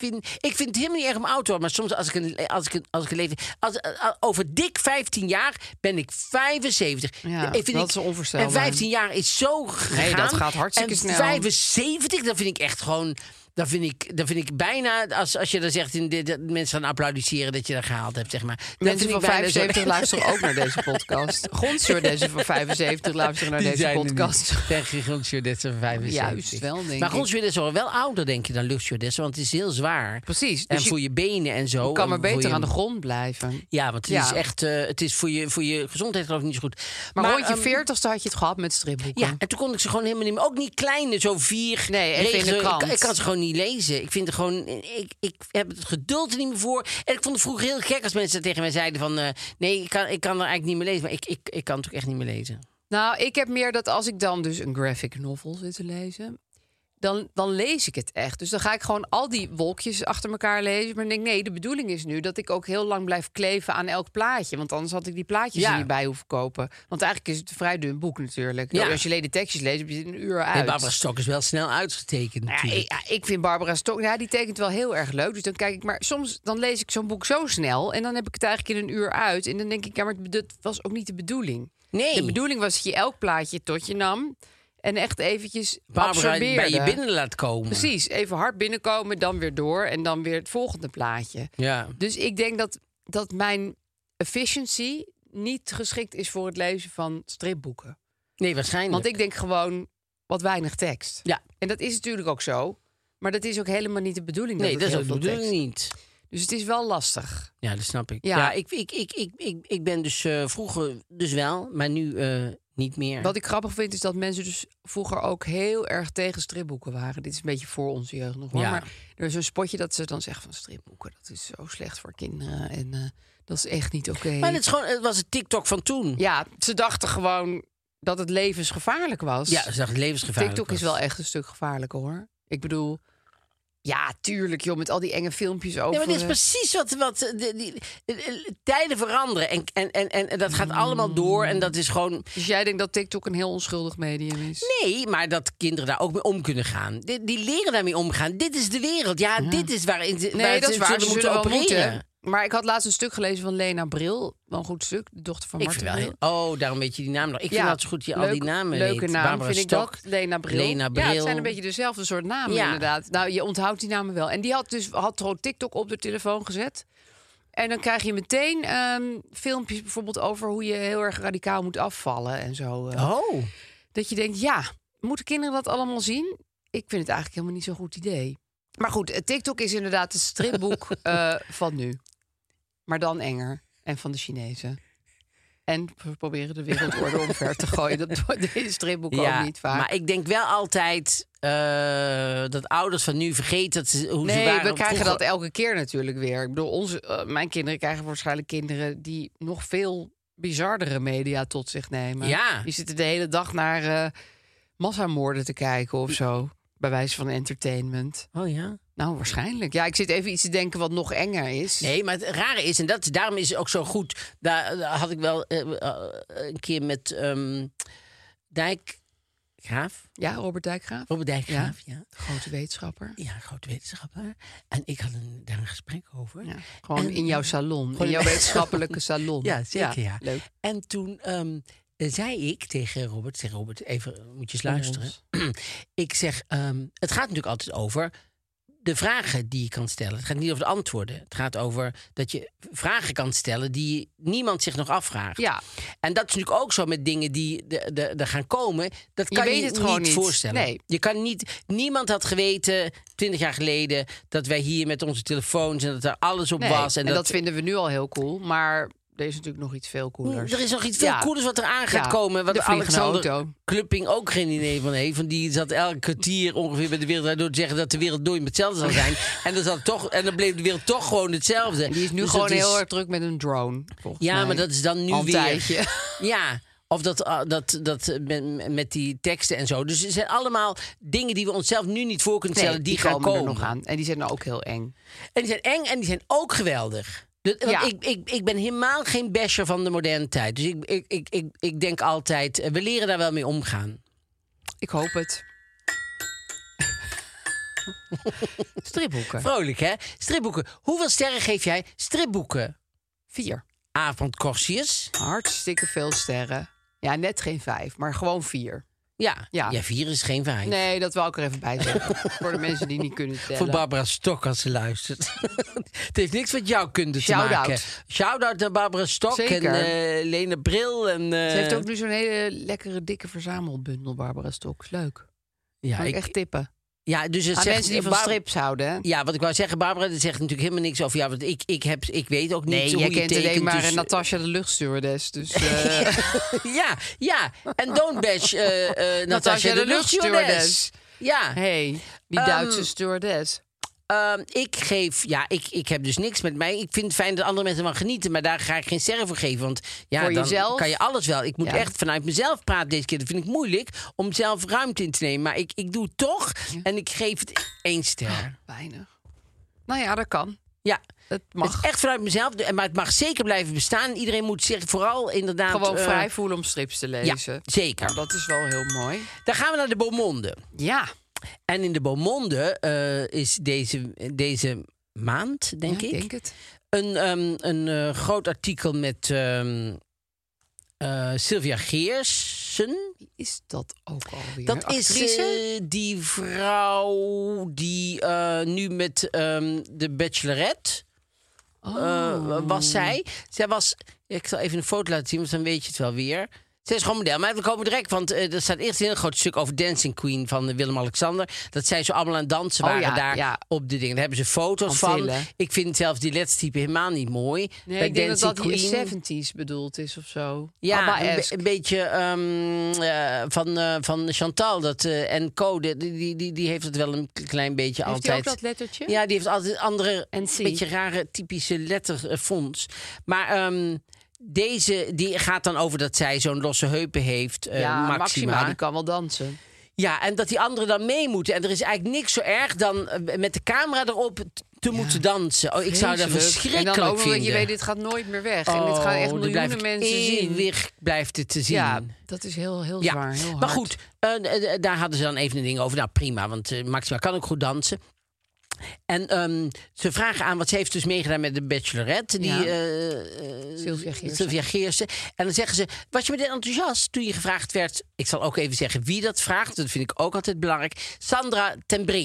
Ik vind het helemaal niet erg om oud te worden. Maar soms als ik een leven... Over dik 15 jaar ben ik 75.
Ja,
Ik vind
dat is onvoorstelbaar.
En 15 jaar is zo gegaan.
Nee, dat gaat hartstikke
en
snel.
75, dat vind ik echt gewoon... Dat vind ik bijna, als je dan zegt, dat mensen gaan applaudisseren dat je dat gehaald hebt, zeg maar. Dat
Mensen
vind
van
ik bijna zo-
75 luisteren ook naar deze podcast. Grondstewardessen van 75 luisteren naar
Die
deze
zijn er
podcast.
niet. Zijn geen grondstewardessen van 75.
Juist wel, denk ik.
Maar grondstewardessen worden wel ouder, denk je, dan luchtstewardessen, want het is heel zwaar.
Precies.
En
Dus
voor je benen en zo.
je kan maar
en voor
beter
je-
aan de grond blijven.
Ja, want het
Ja.
is echt, het is voor je gezondheid geloof ik niet zo goed.
Maar rond je
ehm,
40ste had je het gehad met stripboeken.
ja, en toen kon ik ze gewoon helemaal niet meer. Ook niet kleine, zo 4.
Nee, even in de krant.
Ik kan ze gewoon niet lezen. Ik vind het gewoon. Ik heb het geduld er niet meer voor. En ik vond het vroeger heel gek als mensen tegen mij zeiden van nee, ik kan er eigenlijk niet meer lezen. Maar ik kan het ook echt niet meer lezen.
Nou, ik heb meer dat als ik dan dus een graphic novel zit te lezen, dan lees ik het echt. Dus dan ga ik gewoon al die wolkjes achter elkaar lezen. Maar ik denk, nee, de bedoeling is nu dat ik ook heel lang blijf kleven aan elk plaatje. Want anders had ik die plaatjes
Ja.
er niet bij hoeven kopen. Want eigenlijk is het een vrij dun boek natuurlijk.
Ja.
Als je alleen de tekstjes leest, heb je het in een uur uit.
En Barbara Stok is wel snel uitgetekend
Ja,
natuurlijk.
ik vind Barbara Stok, ja, die tekent wel heel erg leuk. Dus dan kijk ik, maar soms dan lees ik zo'n boek zo snel en dan heb ik het eigenlijk in een uur uit. En dan denk ik, ja, maar dat was ook niet de bedoeling.
Nee.
De bedoeling was dat je elk plaatje tot je nam en echt eventjes
Barbara
absorbeerde.
bij je binnen laat komen.
Precies, even hard binnenkomen, dan weer door en dan weer het volgende plaatje.
Ja.
Dus ik denk dat mijn efficiency niet geschikt is voor het lezen van stripboeken.
Nee, waarschijnlijk.
Want ik denk gewoon wat weinig tekst.
Ja.
En dat is natuurlijk ook zo. Maar dat is ook helemaal niet de bedoeling.
Nee,
het
dat is
heel
ook de
veel
bedoeling
tekst.
niet.
Dus het is wel lastig.
Ja, dat snap ik.
Ja.
Ja, ik ben dus vroeger dus wel, maar nu niet meer.
Wat ik grappig vind is dat mensen dus vroeger ook heel erg tegen stripboeken waren. Dit is een beetje voor onze jeugd nog hoor.
Ja.
Maar er is een spotje dat ze dan zeggen van stripboeken. Dat is zo slecht voor kinderen. En dat is echt niet oké.
Maar het was het TikTok van toen.
Ja, ze dachten gewoon dat het levensgevaarlijk was.
Ja, ze dachten levensgevaarlijk.
TikTok is wel echt een stuk gevaarlijker hoor. Ik bedoel, ja, tuurlijk joh, met al die enge filmpjes over.
Ja, maar dit is precies wat tijden veranderen. En dat gaat allemaal door. En dat is gewoon...
Dus jij denkt dat TikTok een heel onschuldig medium is?
Nee, maar dat kinderen daar ook mee om kunnen gaan. Die leren daarmee omgaan. Dit is de wereld. Ja, dit is waarin ze
Nee, dat is waar. Ze
moeten
zullen wel
opereren.
moeten. Maar ik had laatst een stuk gelezen van Lena Bril. Wel een goed stuk. De dochter van
Ik
Martin
vind wel
Bril.
oh, daarom weet je die naam nog. Ik vind het zo goed je al die namen
leuke
weet.
naam
Barbara
vind ik
Stok,
dat. Lena Bril.
Lena Bril.
Ja, het zijn een beetje dezelfde soort namen
Ja.
inderdaad. Nou, je onthoudt die namen wel. En die had gewoon TikTok op de telefoon gezet. En dan krijg je meteen filmpjes bijvoorbeeld over hoe je heel erg radicaal moet afvallen en zo.
Oh.
Dat je denkt, ja, Moeten kinderen dat allemaal zien? Ik vind het eigenlijk helemaal niet zo'n goed idee. Maar goed, TikTok is inderdaad het stripboek van nu. Maar dan enger. En van de Chinezen. En we proberen de wereldorde omver te gooien. Dat doet deze stripboek ook niet vaak.
Maar ik denk wel altijd dat ouders van nu vergeten hoe ze waren.
We krijgen
vroeger.
dat elke keer natuurlijk weer. Ik bedoel, mijn kinderen krijgen waarschijnlijk kinderen die nog veel bizardere media tot zich nemen.
Ja.
Die zitten de hele dag naar massamoorden te kijken of zo. Bij wijze van entertainment.
Oh ja?
Nou, waarschijnlijk. Ja, ik zit even iets te denken wat nog enger is.
Nee, maar het rare is, en daarom is het ook zo goed. Daar had ik wel een keer met Dijkgraaf.
Ja, Robert Dijkgraaf.
Robert Dijkgraaf, ja.
Grote wetenschapper.
Ja, grote wetenschapper. En ik had daar een gesprek over.
Ja, gewoon
En,
in jouw salon. In jouw wetenschappelijke salon.
Ja, zeker, ja.
Leuk.
En toen zei ik tegen Robert, even moet je eens luisteren. Ik zeg, het gaat natuurlijk altijd over de vragen die je kan stellen. Het gaat niet over de antwoorden. Het gaat over dat je vragen kan stellen die niemand zich nog afvraagt.
Ja.
En dat is natuurlijk ook zo met dingen die er gaan komen. Dat kan
weet
je
het gewoon
niet
niet.
voorstellen.
Nee.
Je kan niet. Niemand had geweten 20 jaar geleden dat wij hier met onze telefoons en dat er alles op
Nee,
was.
en dat vinden we nu al heel cool. Maar er is natuurlijk nog iets veel coolers.
Er is nog iets veel coolers wat er aan gaat komen. Wat
de vliegende
Alexander
auto.
Klupping ook geen idee van heeft. Want die zat elke kwartier ongeveer bij de wereld door te zeggen dat de wereld nooit meer hetzelfde zal zijn. En dan bleef de wereld toch gewoon hetzelfde.
En die is nu
Dus
gewoon
dat is-
heel erg druk met een drone. Volgens mij.
maar dat is dan nu
Al een
weer.
tijdje.
Ja. Of dat met die teksten en zo. Dus het zijn allemaal dingen die we onszelf nu niet voor kunnen stellen. die gaan
komen
komen.
er nog aan. En die zijn ook heel eng.
En die zijn eng en die zijn ook geweldig. Want ik ben helemaal geen basher van de moderne tijd. Dus ik denk altijd, we leren daar wel mee omgaan.
Ik hoop het. Stripboeken.
Vrolijk, hè? Stripboeken. Hoeveel sterren geef jij stripboeken?
4.
Avondkorstjes.
Hartstikke veel sterren. Ja, net geen 5, maar gewoon 4.
Ja.
Ja.
4 is geen 5.
Nee, dat wil ik er even bij zeggen. Voor de mensen die niet kunnen tellen.
Voor Barbara Stok als ze luistert. Het heeft niks met jouw kunde te
Shout-out.
maken. Shout-out naar Barbara Stok
Zeker.
en Lene Bril. En,
Ze heeft ook nu zo'n hele lekkere dikke verzamelbundel, Barbara Stok. Is leuk.
ja,
Kan ik echt tippen.
ja, dus het
Aan
zegt,
mensen die van strips houden, hè?
Ja, wat ik wou zeggen, Barbara, dat zegt natuurlijk helemaal niks over jou. Want ik weet ook niet
Nee,
hoe
jij
je
kent
tekent.
alleen maar
dus,
Natasja de luchtstewardess. Dus,
ja. En don't bash Natasja de luchtstewardess. Ja.
Hey, die Duitse stewardess.
Ik heb dus niks met mij. Ik vind het fijn dat andere mensen van genieten, maar daar ga ik geen sterren voor geven. Want ja,
Voor
dan
jezelf?
kan je alles wel. Ik moet
Ja.
echt vanuit mezelf praten deze keer. Dat vind ik moeilijk om zelf ruimte in te nemen. Maar ik doe het toch en ik geef het 1 ster.
Weinig. Nou ja, dat kan.
Ja.
Het
Het
mag.
is echt vanuit mezelf, maar het mag zeker blijven bestaan. Iedereen moet zich vooral inderdaad...
Gewoon vrij voelen om strips te lezen.
Ja, zeker.
Nou, dat is wel heel mooi.
Dan gaan we naar de Beaumonde.
Ja.
En in de Beaumonde is deze maand, denk
Ja,
ik...
denk het.
Een groot artikel met Sylvia Geersen.
Wie is dat ook alweer?
Dat
Actrice?
is die vrouw die nu met de Bachelorette was zij. Zij was, ik zal even een foto laten zien, want dan weet je het wel weer. Zij is gewoon model. Maar we komen direct, want er staat eerst een heel groot stuk over Dancing Queen van Willem-Alexander. Dat zij zo allemaal aan het dansen waren
ja,
daar
ja.
op de dingen. Daar hebben ze foto's van.
Antillen.
Ik vind zelfs die lettertype helemaal niet mooi.
Nee,
Bij
ik denk
Dancing
dat die
Queen.
70s bedoeld is of zo.
Ja,
ABBA-esque.
een beetje van Chantal en Co. Die heeft het wel een klein beetje
Heeft
altijd.
die ook dat lettertje?
Ja, die heeft altijd andere,
En C.
beetje rare typische letterfonds. Maar deze die gaat dan over dat zij zo'n losse heupen heeft.
Ja,
Maxima.
die kan wel dansen.
Ja, en dat die anderen dan mee moeten. En er is eigenlijk niks zo erg dan met de camera erop te moeten dansen. Oh, ik zou dat
Vreselijk.
verschrikkelijk
En dan ook nog
vinden.
dat je weet, dit gaat nooit meer weg. En dit gaan echt
dan
miljoenen
blijft
mensen zien.
eeuwig blijft het te zien.
Ja, dat is heel zwaar, heel hard.
Maar goed, daar hadden ze dan even een ding over. Nou, prima, want Maxima kan ook goed dansen. En ze vragen aan, wat ze heeft dus meegedaan met de Bachelorette. Die, Sylvia Geersen. En dan zeggen ze, was je meteen enthousiast toen je gevraagd werd... Ik zal ook even zeggen wie dat vraagt, dat vind ik ook altijd belangrijk. Sandra ten Brink.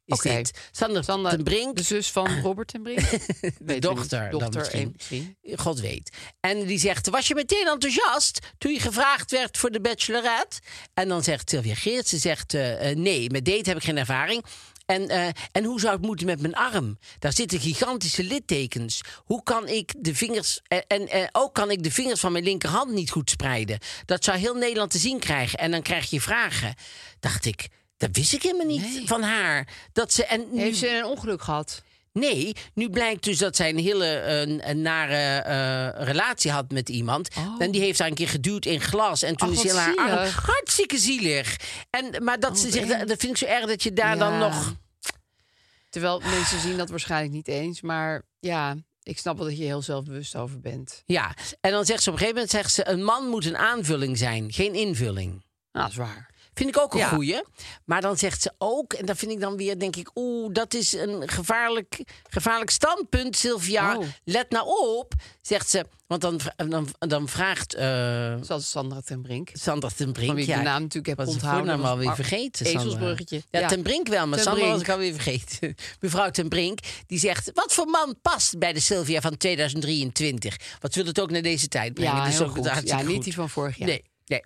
is dit. Sander ten Brink.
De zus van Robert ten Brink?
De dochter dan misschien. God weet. En die zegt, was je meteen enthousiast toen je gevraagd werd voor de Bachelorette? En dan zegt Sylvia Geerts, ze zegt, nee, met date heb ik geen ervaring. En hoe zou het moeten met mijn arm? Daar zitten gigantische littekens. Hoe kan ik de vingers... ook kan ik de vingers van mijn linkerhand niet goed spreiden. Dat zou heel Nederland te zien krijgen. En dan krijg je vragen. Dacht ik, dat wist ik helemaal niet van haar.
Heeft ze een ongeluk gehad?
Nee, nu blijkt dus dat zij een hele nare relatie had met iemand. En die heeft haar een keer geduwd in glas. En toen is heel haar arm hartstikke zielig. Maar dat ze zegt, dat vind ik zo erg dat je daar dan nog...
Terwijl mensen zien dat waarschijnlijk niet eens. Maar ja, ik snap wel dat je heel zelfbewust over bent.
Ja, en dan zegt ze op een gegeven moment... een man moet een aanvulling zijn, geen invulling.
Nou, dat is waar.
Vind ik ook een goeie. Maar dan zegt ze ook, en dat vind ik dan weer, denk ik... dat is een gevaarlijk standpunt, Sylvia. Let nou op, zegt ze. Want dan vraagt...
Zoals Sandra ten Brink.
Sandra ten Brink,
van wie ik de naam natuurlijk heb onthouden.
Ik alweer vergeten.
Ezelsbruggetje.
Ja, ten Brink wel, maar Sandra was ik alweer vergeten. Mevrouw ten Brink, die zegt... Wat voor man past bij de Sylvia van 2023? Wat wil het ook naar deze tijd brengen?
Ja,
dus
heel
ook
goed. Ja, niet die van vorig jaar.
Nee.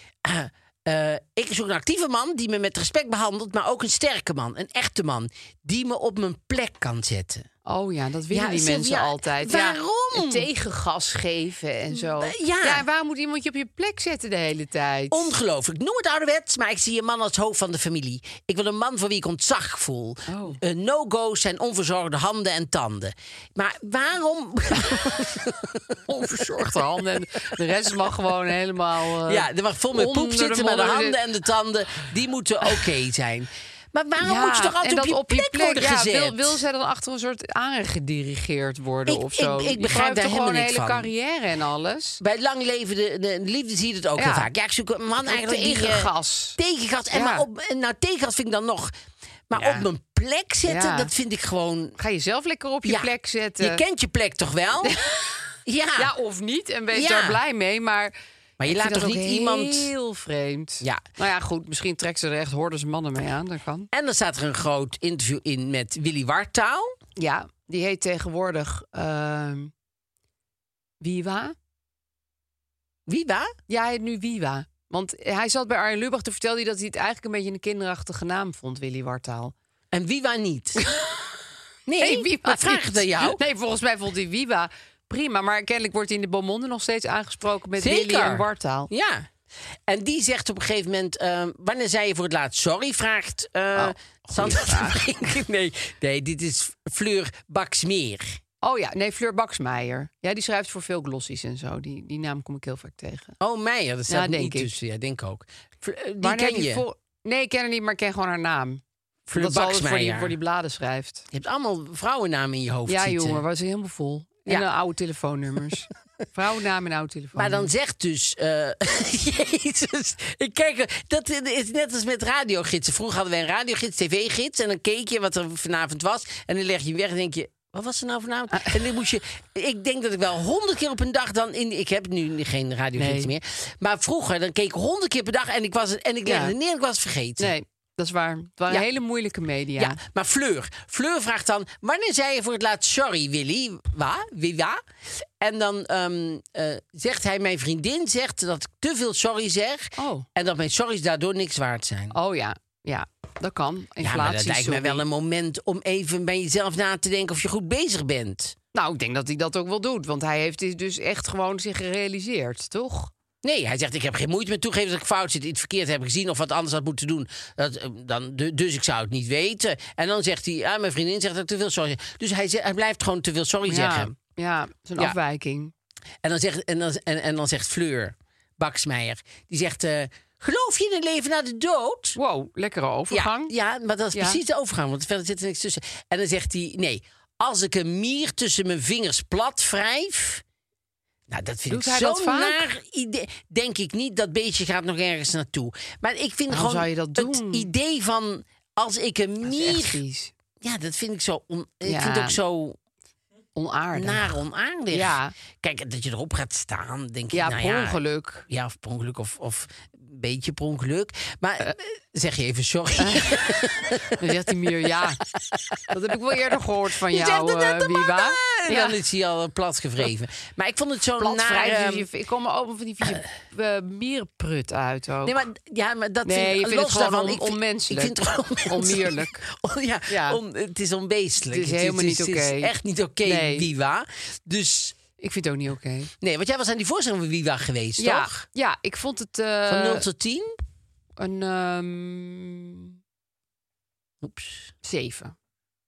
Ik zoek een actieve man die me met respect behandelt... maar ook een sterke man, een echte man... die me op mijn plek kan zetten.
Oh ja, dat willen die mensen altijd.
Waarom?
Ja, tegengas geven en zo. Ja, waarom moet iemand je op je plek zetten de hele tijd?
Ongelooflijk. Noem het ouderwets, maar ik zie een man als hoofd van de familie. Ik wil een man voor wie ik ontzag voel. No-go's zijn onverzorgde handen en tanden. Maar waarom...
Onverzorgde handen en de rest mag gewoon helemaal...
er mag vol met poep zitten, maar de handen en de tanden... die moeten oké zijn. Maar waarom moet je toch altijd op je plek worden gezet?
Wil zij dan achter een soort aangedirigeerd worden of zo?
Ik begrijp daar helemaal niks van.
Een hele carrière en alles.
Bij lang leven de liefde zie je het ook heel vaak. Ja, ik zoek een man eigenlijk
tegengas.
Tegengas. Tegengas vind ik dan nog... Maar op mijn plek zetten, dat vind ik gewoon...
Ga je zelf lekker op je plek zetten.
Je kent je plek toch wel?
Ja, of niet. En wees daar blij mee, maar
je laat toch niet iemand...
heel vreemd.
Ja.
Nou ja, goed. Misschien trekt ze er echt hordes mannen mee aan. Dat kan.
En dan staat er een groot interview in met Willy Wartaal.
Ja, die heet tegenwoordig... Wiwa?
Wiwa?
Ja, hij heet nu Wiwa. Want hij zat bij Arjen Lubach, toen vertelde hij dat hij het eigenlijk een beetje een kinderachtige naam vond, Willy Wartaal.
En Wiwa niet?
Nee, Wiwa
maar vraag het aan jou.
Nee, volgens mij vond hij Wiwa prima. Maar kennelijk wordt hij in de Beaumonde nog steeds aangesproken met Willy en Wartaal.
Ja. En die zegt op een gegeven moment... wanneer zei je voor het laatst sorry? Vraagt Sandra. Nee, dit is Fleur Baksmeer.
Oh ja, nee, Fleur Baksmeijer. Ja, die schrijft voor veel glossies en zo. Die naam kom ik heel vaak tegen.
Oh, Meijer, dat staat niet tussen. Ja, denk ook. Die ken je?
Nee, ik ken haar niet, maar ik ken gewoon haar naam.
Fleur Baksmeijer.
Voor die bladen schrijft.
Je hebt allemaal vrouwennamen in je hoofd
zitten.
Ja,
jongen, was helemaal vol. En oude telefoonnummers. Vrouwennaam en oude telefoon.
Maar dan zegt dus... Jezus, ik kijk... Dat is net als met radiogidsen. Vroeger hadden wij een radiogids, tv-gids... en dan keek je wat er vanavond was... en dan leg je weg en denk je... Wat was er nou vanavond? En dan moest je... Ik denk dat ik wel 100 keer op een dag dan... Ik heb nu geen radiogids meer. Maar vroeger, dan keek ik 100 keer per dag... en ik legde neer en ik was het vergeten.
Nee. Dat is waar. Het waren hele moeilijke media.
Ja, maar Fleur vraagt dan... Wanneer zei je voor het laatst sorry, Willy? Wiwa? En dan zegt hij... Mijn vriendin zegt dat ik te veel sorry zeg... en dat mijn sorry's daardoor niks waard zijn.
Oh ja, dat kan. Inflatie,
ja, maar dat lijkt mij wel een moment... om even bij jezelf na te denken of je goed bezig bent.
Nou, ik denk dat hij dat ook wel doet. Want hij heeft dit dus echt gewoon zich gerealiseerd, toch?
Nee, hij zegt, ik heb geen moeite met toegeven dat ik fout zit. Iets verkeerd heb gezien of wat anders had moeten doen. Dus ik zou het niet weten. En dan zegt hij, mijn vriendin zegt dat ik te veel sorry zeg. Dus hij blijft gewoon te veel sorry zeggen.
Ja, zo'n afwijking.
En dan zegt Fleur Baksmeijer, die zegt... geloof je in een leven na de dood?
Wow, lekkere overgang.
Ja, maar dat is precies de overgang, want verder zit er niks tussen. En dan zegt hij, nee, als ik een mier tussen mijn vingers plat wrijf... Nou, dat vind ik zo'n naar idee. Denk ik niet, dat beestje gaat nog ergens naartoe. Maar ik vind gewoon
zou je dat doen?
Het idee van als ik een mier... Ja, dat vind ik zo... Ik vind het ook zo...
Onaardig.
Onaardig.
Ja.
Kijk, dat je erop gaat staan, denk ik...
Ja, per ongeluk.
Ja, of per ongeluk. Of een beetje per ongeluk. Maar zeg je even sorry.
Dan zegt hij meer ja. Dat heb ik wel eerder gehoord van
Je
jou,
zegt het net
Wiwa.
En dan is hij al plat gevreven. Maar ik vond het zo
Platvrij,
naar...
ik kom er ook van die vieze mierenprut uit ook.
Nee, maar dat
Nee,
vind
je
ik
vindt
los
het gewoon
daarvan.
onmenselijk.
Ik vind het gewoon
Onmierlijk.
Het is onbeestelijk.
Het is helemaal niet oké.
Het is echt niet oké,
Nee.
Wiwa. Dus...
Ik vind het ook niet oké.
Nee, want jij was aan die voorstelling van Wiwa geweest, toch?
Ja, ik vond het...
Van 0 tot 10?
Een
Oeps.
7,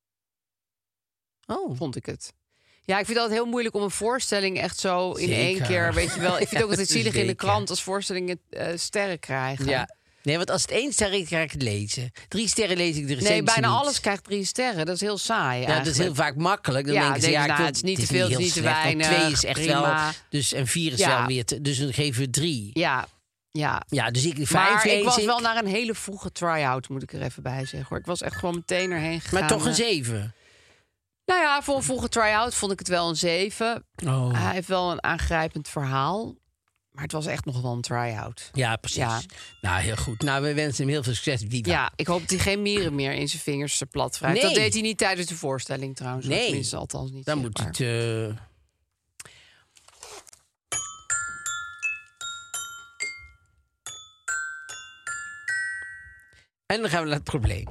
Oh.
vond ik het. Ja, ik vind het altijd heel moeilijk om een voorstelling echt zo in één
Zeker.
keer, weet je wel. Ik vind het ook altijd zielig in de
Zeker.
krant als voorstellingen sterren krijgen.
Ja. Nee, want als het 1 ster is, ga ik het lezen. 3 sterren lees ik de recensie
Nee, bijna
niet.
alles krijgt 3 sterren. Dat is heel saai.
Ja, dat is heel vaak makkelijk. Dan
Ja,
denken ze,
denken ze,
ik
nou,
wil-
het is niet te veel, het is
heel
niet te
slecht, want
weinig,
2 is echt
prima.
wel... Dus, en 4 is
Ja.
wel weer... Dus dan geven we 3.
Ja.
Ja, dus 5
Maar
lees
ik was wel naar een hele vroege try-out, moet ik er even bij zeggen, hoor. Ik was echt gewoon meteen erheen gegaan.
Maar toch een 7.
Nou ja, voor een vroege try-out vond ik het wel een 7.
Oh.
Hij heeft wel een aangrijpend verhaal. Maar het was echt nog wel een try-out.
Ja, precies.
Ja.
Nou, heel goed. Nou, we wensen hem heel veel succes. Wiwa.
Ja, ik hoop dat hij geen mieren meer in zijn vingers plat wrijft.
Nee.
Dat deed hij niet tijdens de voorstelling trouwens.
Nee.
Tenminste, althans niet.
Dan moet
zichtbaar.
het... En dan gaan we naar het probleem.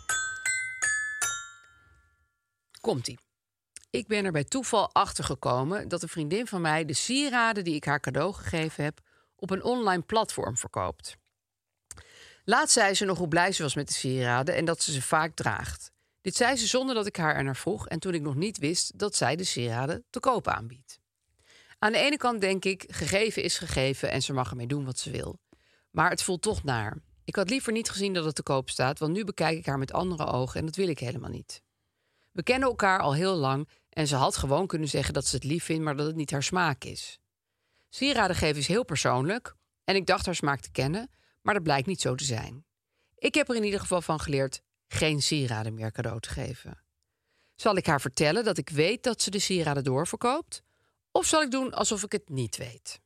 Komt-ie. Ik ben er bij toeval achter gekomen dat een vriendin van mij de sieraden die ik haar cadeau gegeven heb op een online platform verkoopt. Laatst zei ze nog hoe blij ze was met de sieraden en dat ze vaak draagt. Dit zei ze zonder dat ik haar ernaar vroeg en toen ik nog niet wist dat zij de sieraden te koop aanbiedt. Aan de ene kant denk ik, gegeven is gegeven en ze mag ermee doen wat ze wil. Maar het voelt toch naar. Ik had liever niet gezien dat het te koop staat, want nu bekijk ik haar met andere ogen en dat wil ik helemaal niet. We kennen elkaar al heel lang en ze had gewoon kunnen zeggen dat ze het lief vindt, maar dat het niet haar smaak is. Sieraden geven is heel persoonlijk en ik dacht haar smaak te kennen, maar dat blijkt niet zo te zijn. Ik heb er in ieder geval van geleerd geen sieraden meer cadeau te geven. Zal ik haar vertellen dat ik weet dat ze de sieraden doorverkoopt? Of zal ik doen alsof ik het niet weet?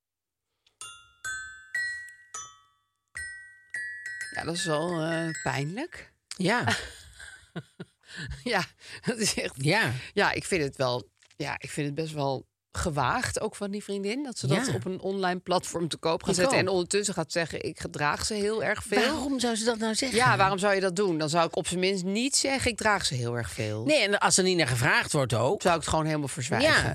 Ja, dat is wel pijnlijk.
Ja.
Ja, dat is echt...
Ja.
Ja, ik vind het wel... Ja, ik vind het best wel gewaagd, ook van die vriendin, dat ze dat
Ja.
op een online platform te koop gaat
Ik
zetten.
ook.
En ondertussen gaat zeggen, ik gedraag ze heel erg veel.
Waarom zou ze dat nou zeggen?
Ja, waarom zou je dat doen? Dan zou ik op zijn minst niet zeggen, ik draag ze heel erg veel.
Nee, en als er niet naar gevraagd wordt ook.
Zou ik het gewoon helemaal verzwijgen.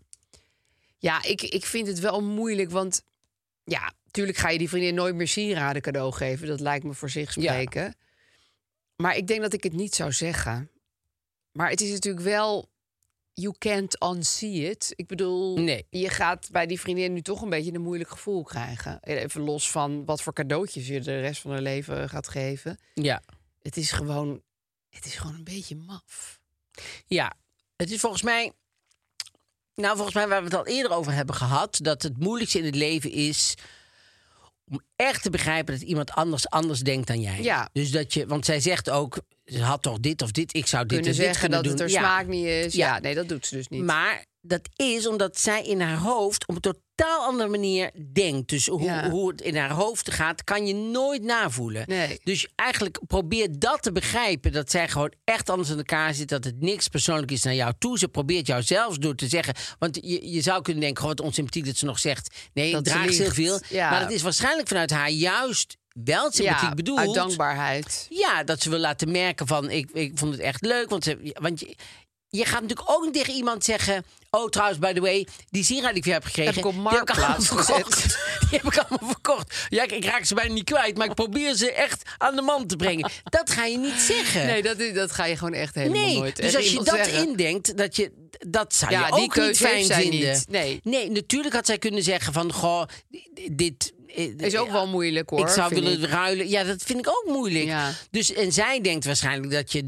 Ja, ik vind het wel moeilijk, want ja, natuurlijk ga je die vriendin nooit meer sieraden cadeau geven. Dat lijkt me voor zich spreken. Maar ik denk dat ik het niet zou zeggen. Maar het is natuurlijk wel... You can't unsee it. Ik bedoel,
Nee.
je gaat bij die vriendin nu toch een beetje een moeilijk gevoel krijgen. Even los van wat voor cadeautjes je de rest van haar leven gaat geven.
Ja.
Het is gewoon een beetje maf.
Ja. Het is volgens mij... Nou, volgens mij waar we het al eerder over hebben gehad... dat het moeilijkste in het leven is... om echt te begrijpen dat iemand anders denkt dan jij.
Ja.
Dus dat je... Want zij zegt ook... Ze had toch dit of dit, ik zou dit
Kunnen
en dit
zeggen
kunnen
dat
doen.
het er
Ja.
smaak niet is.
Ja.
Ja, nee, dat doet ze dus niet.
Maar dat is omdat zij in haar hoofd op een totaal andere manier denkt. Dus hoe het in haar hoofd gaat, kan je nooit navoelen.
Nee.
Dus eigenlijk probeer dat te begrijpen. Dat zij gewoon echt anders in elkaar zit. Dat het niks persoonlijk is naar jou toe. Ze probeert jou zelfs door te zeggen. Want je zou kunnen denken, goh, wat onsympathiek dat ze nog zegt. Nee,
Dat
ik
ze
draag ze heel
liegt.
veel.
Ja.
Maar dat is waarschijnlijk vanuit haar juist wel sympathiek bedoeld.
uit dankbaarheid.
Ja, dat ze wil laten merken van ik vond het echt leuk. Want je gaat natuurlijk ook niet tegen iemand zeggen... Oh, trouwens, by the way, die sieraden die ik heb gekregen...
Heb ik op
die heb ik allemaal
Marktplaats
verkocht.
gezet.
Die heb ik allemaal verkocht. Ja, ik raak ze bijna niet kwijt, maar ik probeer ze echt aan de man te brengen. Dat ga je niet zeggen.
Nee, dat ga je gewoon echt helemaal
Nee,
nooit
dus
tegen
als je
iemand
dat
zeggen.
indenkt, dat zou
Ja,
je
die
ook niet
keuze
fijn
heeft zij
vinden.
niet. Nee.
natuurlijk had zij kunnen zeggen van... Goh, dit...
Is ook wel moeilijk, hoor.
Ik zou
vind
willen
ik.
ruilen. Ja, dat vind ik ook moeilijk.
Ja.
Dus, en zij denkt waarschijnlijk dat je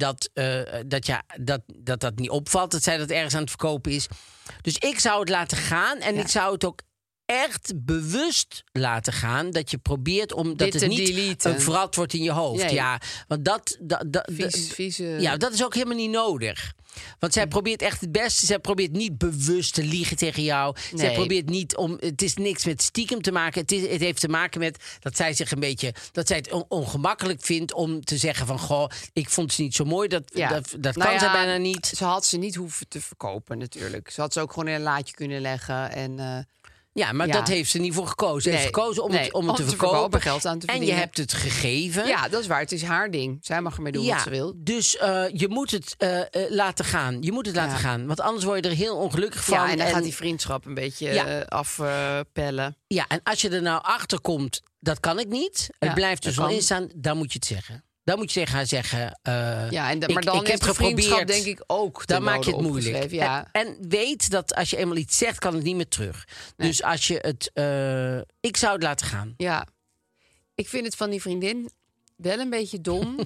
dat niet opvalt. Dat zij dat ergens aan het verkopen is. Dus ik zou het laten gaan. En ik zou het ook echt bewust laten gaan dat je probeert om dat
Dit
het
te
niet
deleten.
een vrat wordt in je hoofd.
Nee.
Ja, want dat is ook helemaal niet nodig. Want zij probeert echt het beste. Zij probeert niet bewust te liegen tegen jou.
Nee.
Zij probeert niet om. Het is niks met stiekem te maken. Het heeft te maken met dat zij zich een beetje. Dat zij het ongemakkelijk vindt om te zeggen van. Goh, ik vond ze niet zo mooi. Dat kan zij bijna niet.
Ze had ze niet hoeven te verkopen natuurlijk. Ze had ze ook gewoon in een laadje kunnen leggen. En,
Ja, maar dat heeft ze niet voor gekozen. Ze heeft gekozen om het te verkopen.
Geld aan te
en
verdienen.
je hebt het gegeven.
Ja, dat is waar. Het is haar ding. Zij mag ermee doen wat ze wil.
Dus je moet het laten gaan. Je moet het laten gaan. Want anders word je er heel ongelukkig van.
Ja, en dan gaat die vriendschap een beetje afpellen.
Ja, en als je er nou achter komt, dat kan ik niet. Het blijft dus wel instaan. Dan moet je het zeggen. Dan moet je tegen haar zeggen.
Maar dan
ik heb
de vriendschap
geprobeerd,
denk ik ook.
Dan maak je het moeilijk.
Ja.
En weet dat als je eenmaal iets zegt, kan het niet meer terug. Nee. Dus als je het. Ik zou het laten gaan.
Ja. Ik vind het van die vriendin wel een beetje dom.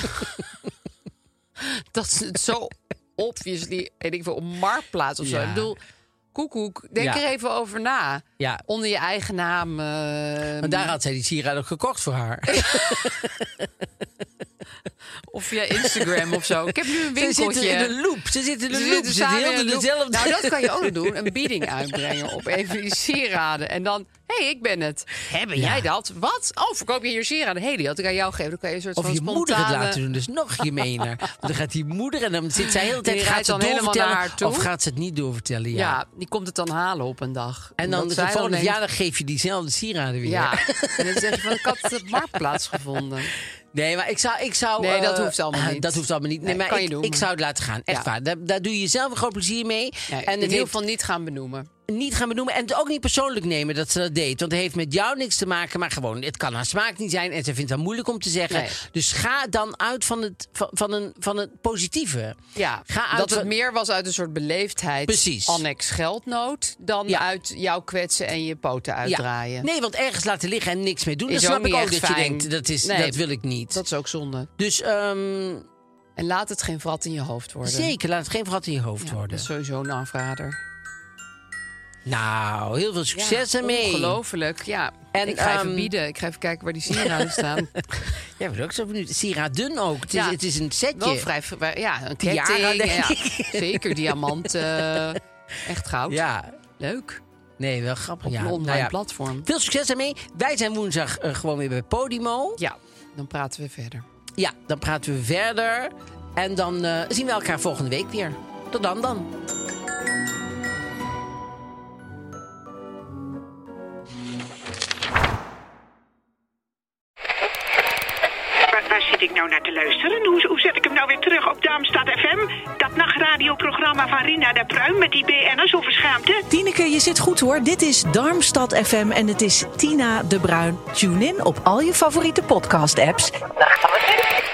Dat ze het zo obviously, weet ik veel, op Marktplaats of zo. Ik bedoel, koekoek, denk er even over na.
Ja.
Onder je eigen naam.
Maar daar had zij die sieraden ook gekocht voor haar.
Of via Instagram of zo. Ik heb nu een winkeltje.
Ze zitten in de loop. Ze zitten heel in dezelfde.
Nou, dat kan je ook nog doen. Een bieding uitbrengen op een van die sieraden. En dan, hé, ik ben het. Ben jij dat? Wat? Oh, verkoop je hier sieraden? Hé, die had ik aan jou gegeven. Dan kan je een soort
of
van
je
spontane...
moeder het laten doen. Dus nog gemener. Want dan gaat die moeder en dan zit zij heel de tijd. Gaat ze
dan helemaal naar haar toe?
Of gaat ze het niet doorvertellen?
Ja, die komt het dan halen op een dag.
En dan de volgende verjaardag geef je diezelfde sieraden weer.
Ja, en dan zeg je van, ik had het op Marktplaats gevonden.
Nee, maar ik zou...
Nee, dat hoeft allemaal niet.
Dat hoeft allemaal niet. Nee, maar
kan je doen.
Ik zou het laten gaan. Echt waar. Daar doe je zelf een groot plezier mee.
Ja,
en
in ieder geval niet gaan benoemen.
Niet gaan benoemen en het ook niet persoonlijk nemen dat ze dat deed. Want het heeft met jou niks te maken, maar gewoon, het kan haar smaak niet zijn en ze vindt het moeilijk om te zeggen. Nee. Dus ga dan uit van het positieve.
Ja,
ga uit
dat het meer was uit een soort beleefdheid.
Precies.
Annex geldnood dan uit jou kwetsen en je poten uitdraaien.
Ja. Nee, want ergens laten liggen en niks mee doen.
Is
dan snap ik ook dat
fijn.
Je denkt, dat wil ik niet.
Dat is ook zonde.
Dus...
en laat het geen vrat in je hoofd worden.
Zeker, laat het geen vrat in je hoofd worden.
Dat is sowieso een afrader.
Nou, heel veel succes ermee.
Ongelooflijk, ja. En ik ga even bieden. Ik ga even kijken waar die sieraden staan.
Ja, ik ben ook zo benieuwd. Sieraden ook. Het is een setje.
Wel vrij, een ketting. Zeker, diamant. Echt goud.
Ja.
Leuk.
Nee, wel grappig.
Op een online platform.
Veel succes ermee. Wij zijn woensdag gewoon weer bij Podimo.
Ja, dan praten we verder.
Ja, dan praten we verder. En dan zien we elkaar volgende week weer. Tot dan.
Waar zit ik nou naar te luisteren? Hoe zet ik hem nou weer terug op Darmstad FM? Dat nachtradioprogramma van Rina de Pruim met die BN'ers over schaamte?
Tineke, je zit goed hoor. Dit is Darmstad FM en het is Tina de Bruin. Tune in op al je favoriete podcast-apps. Dag,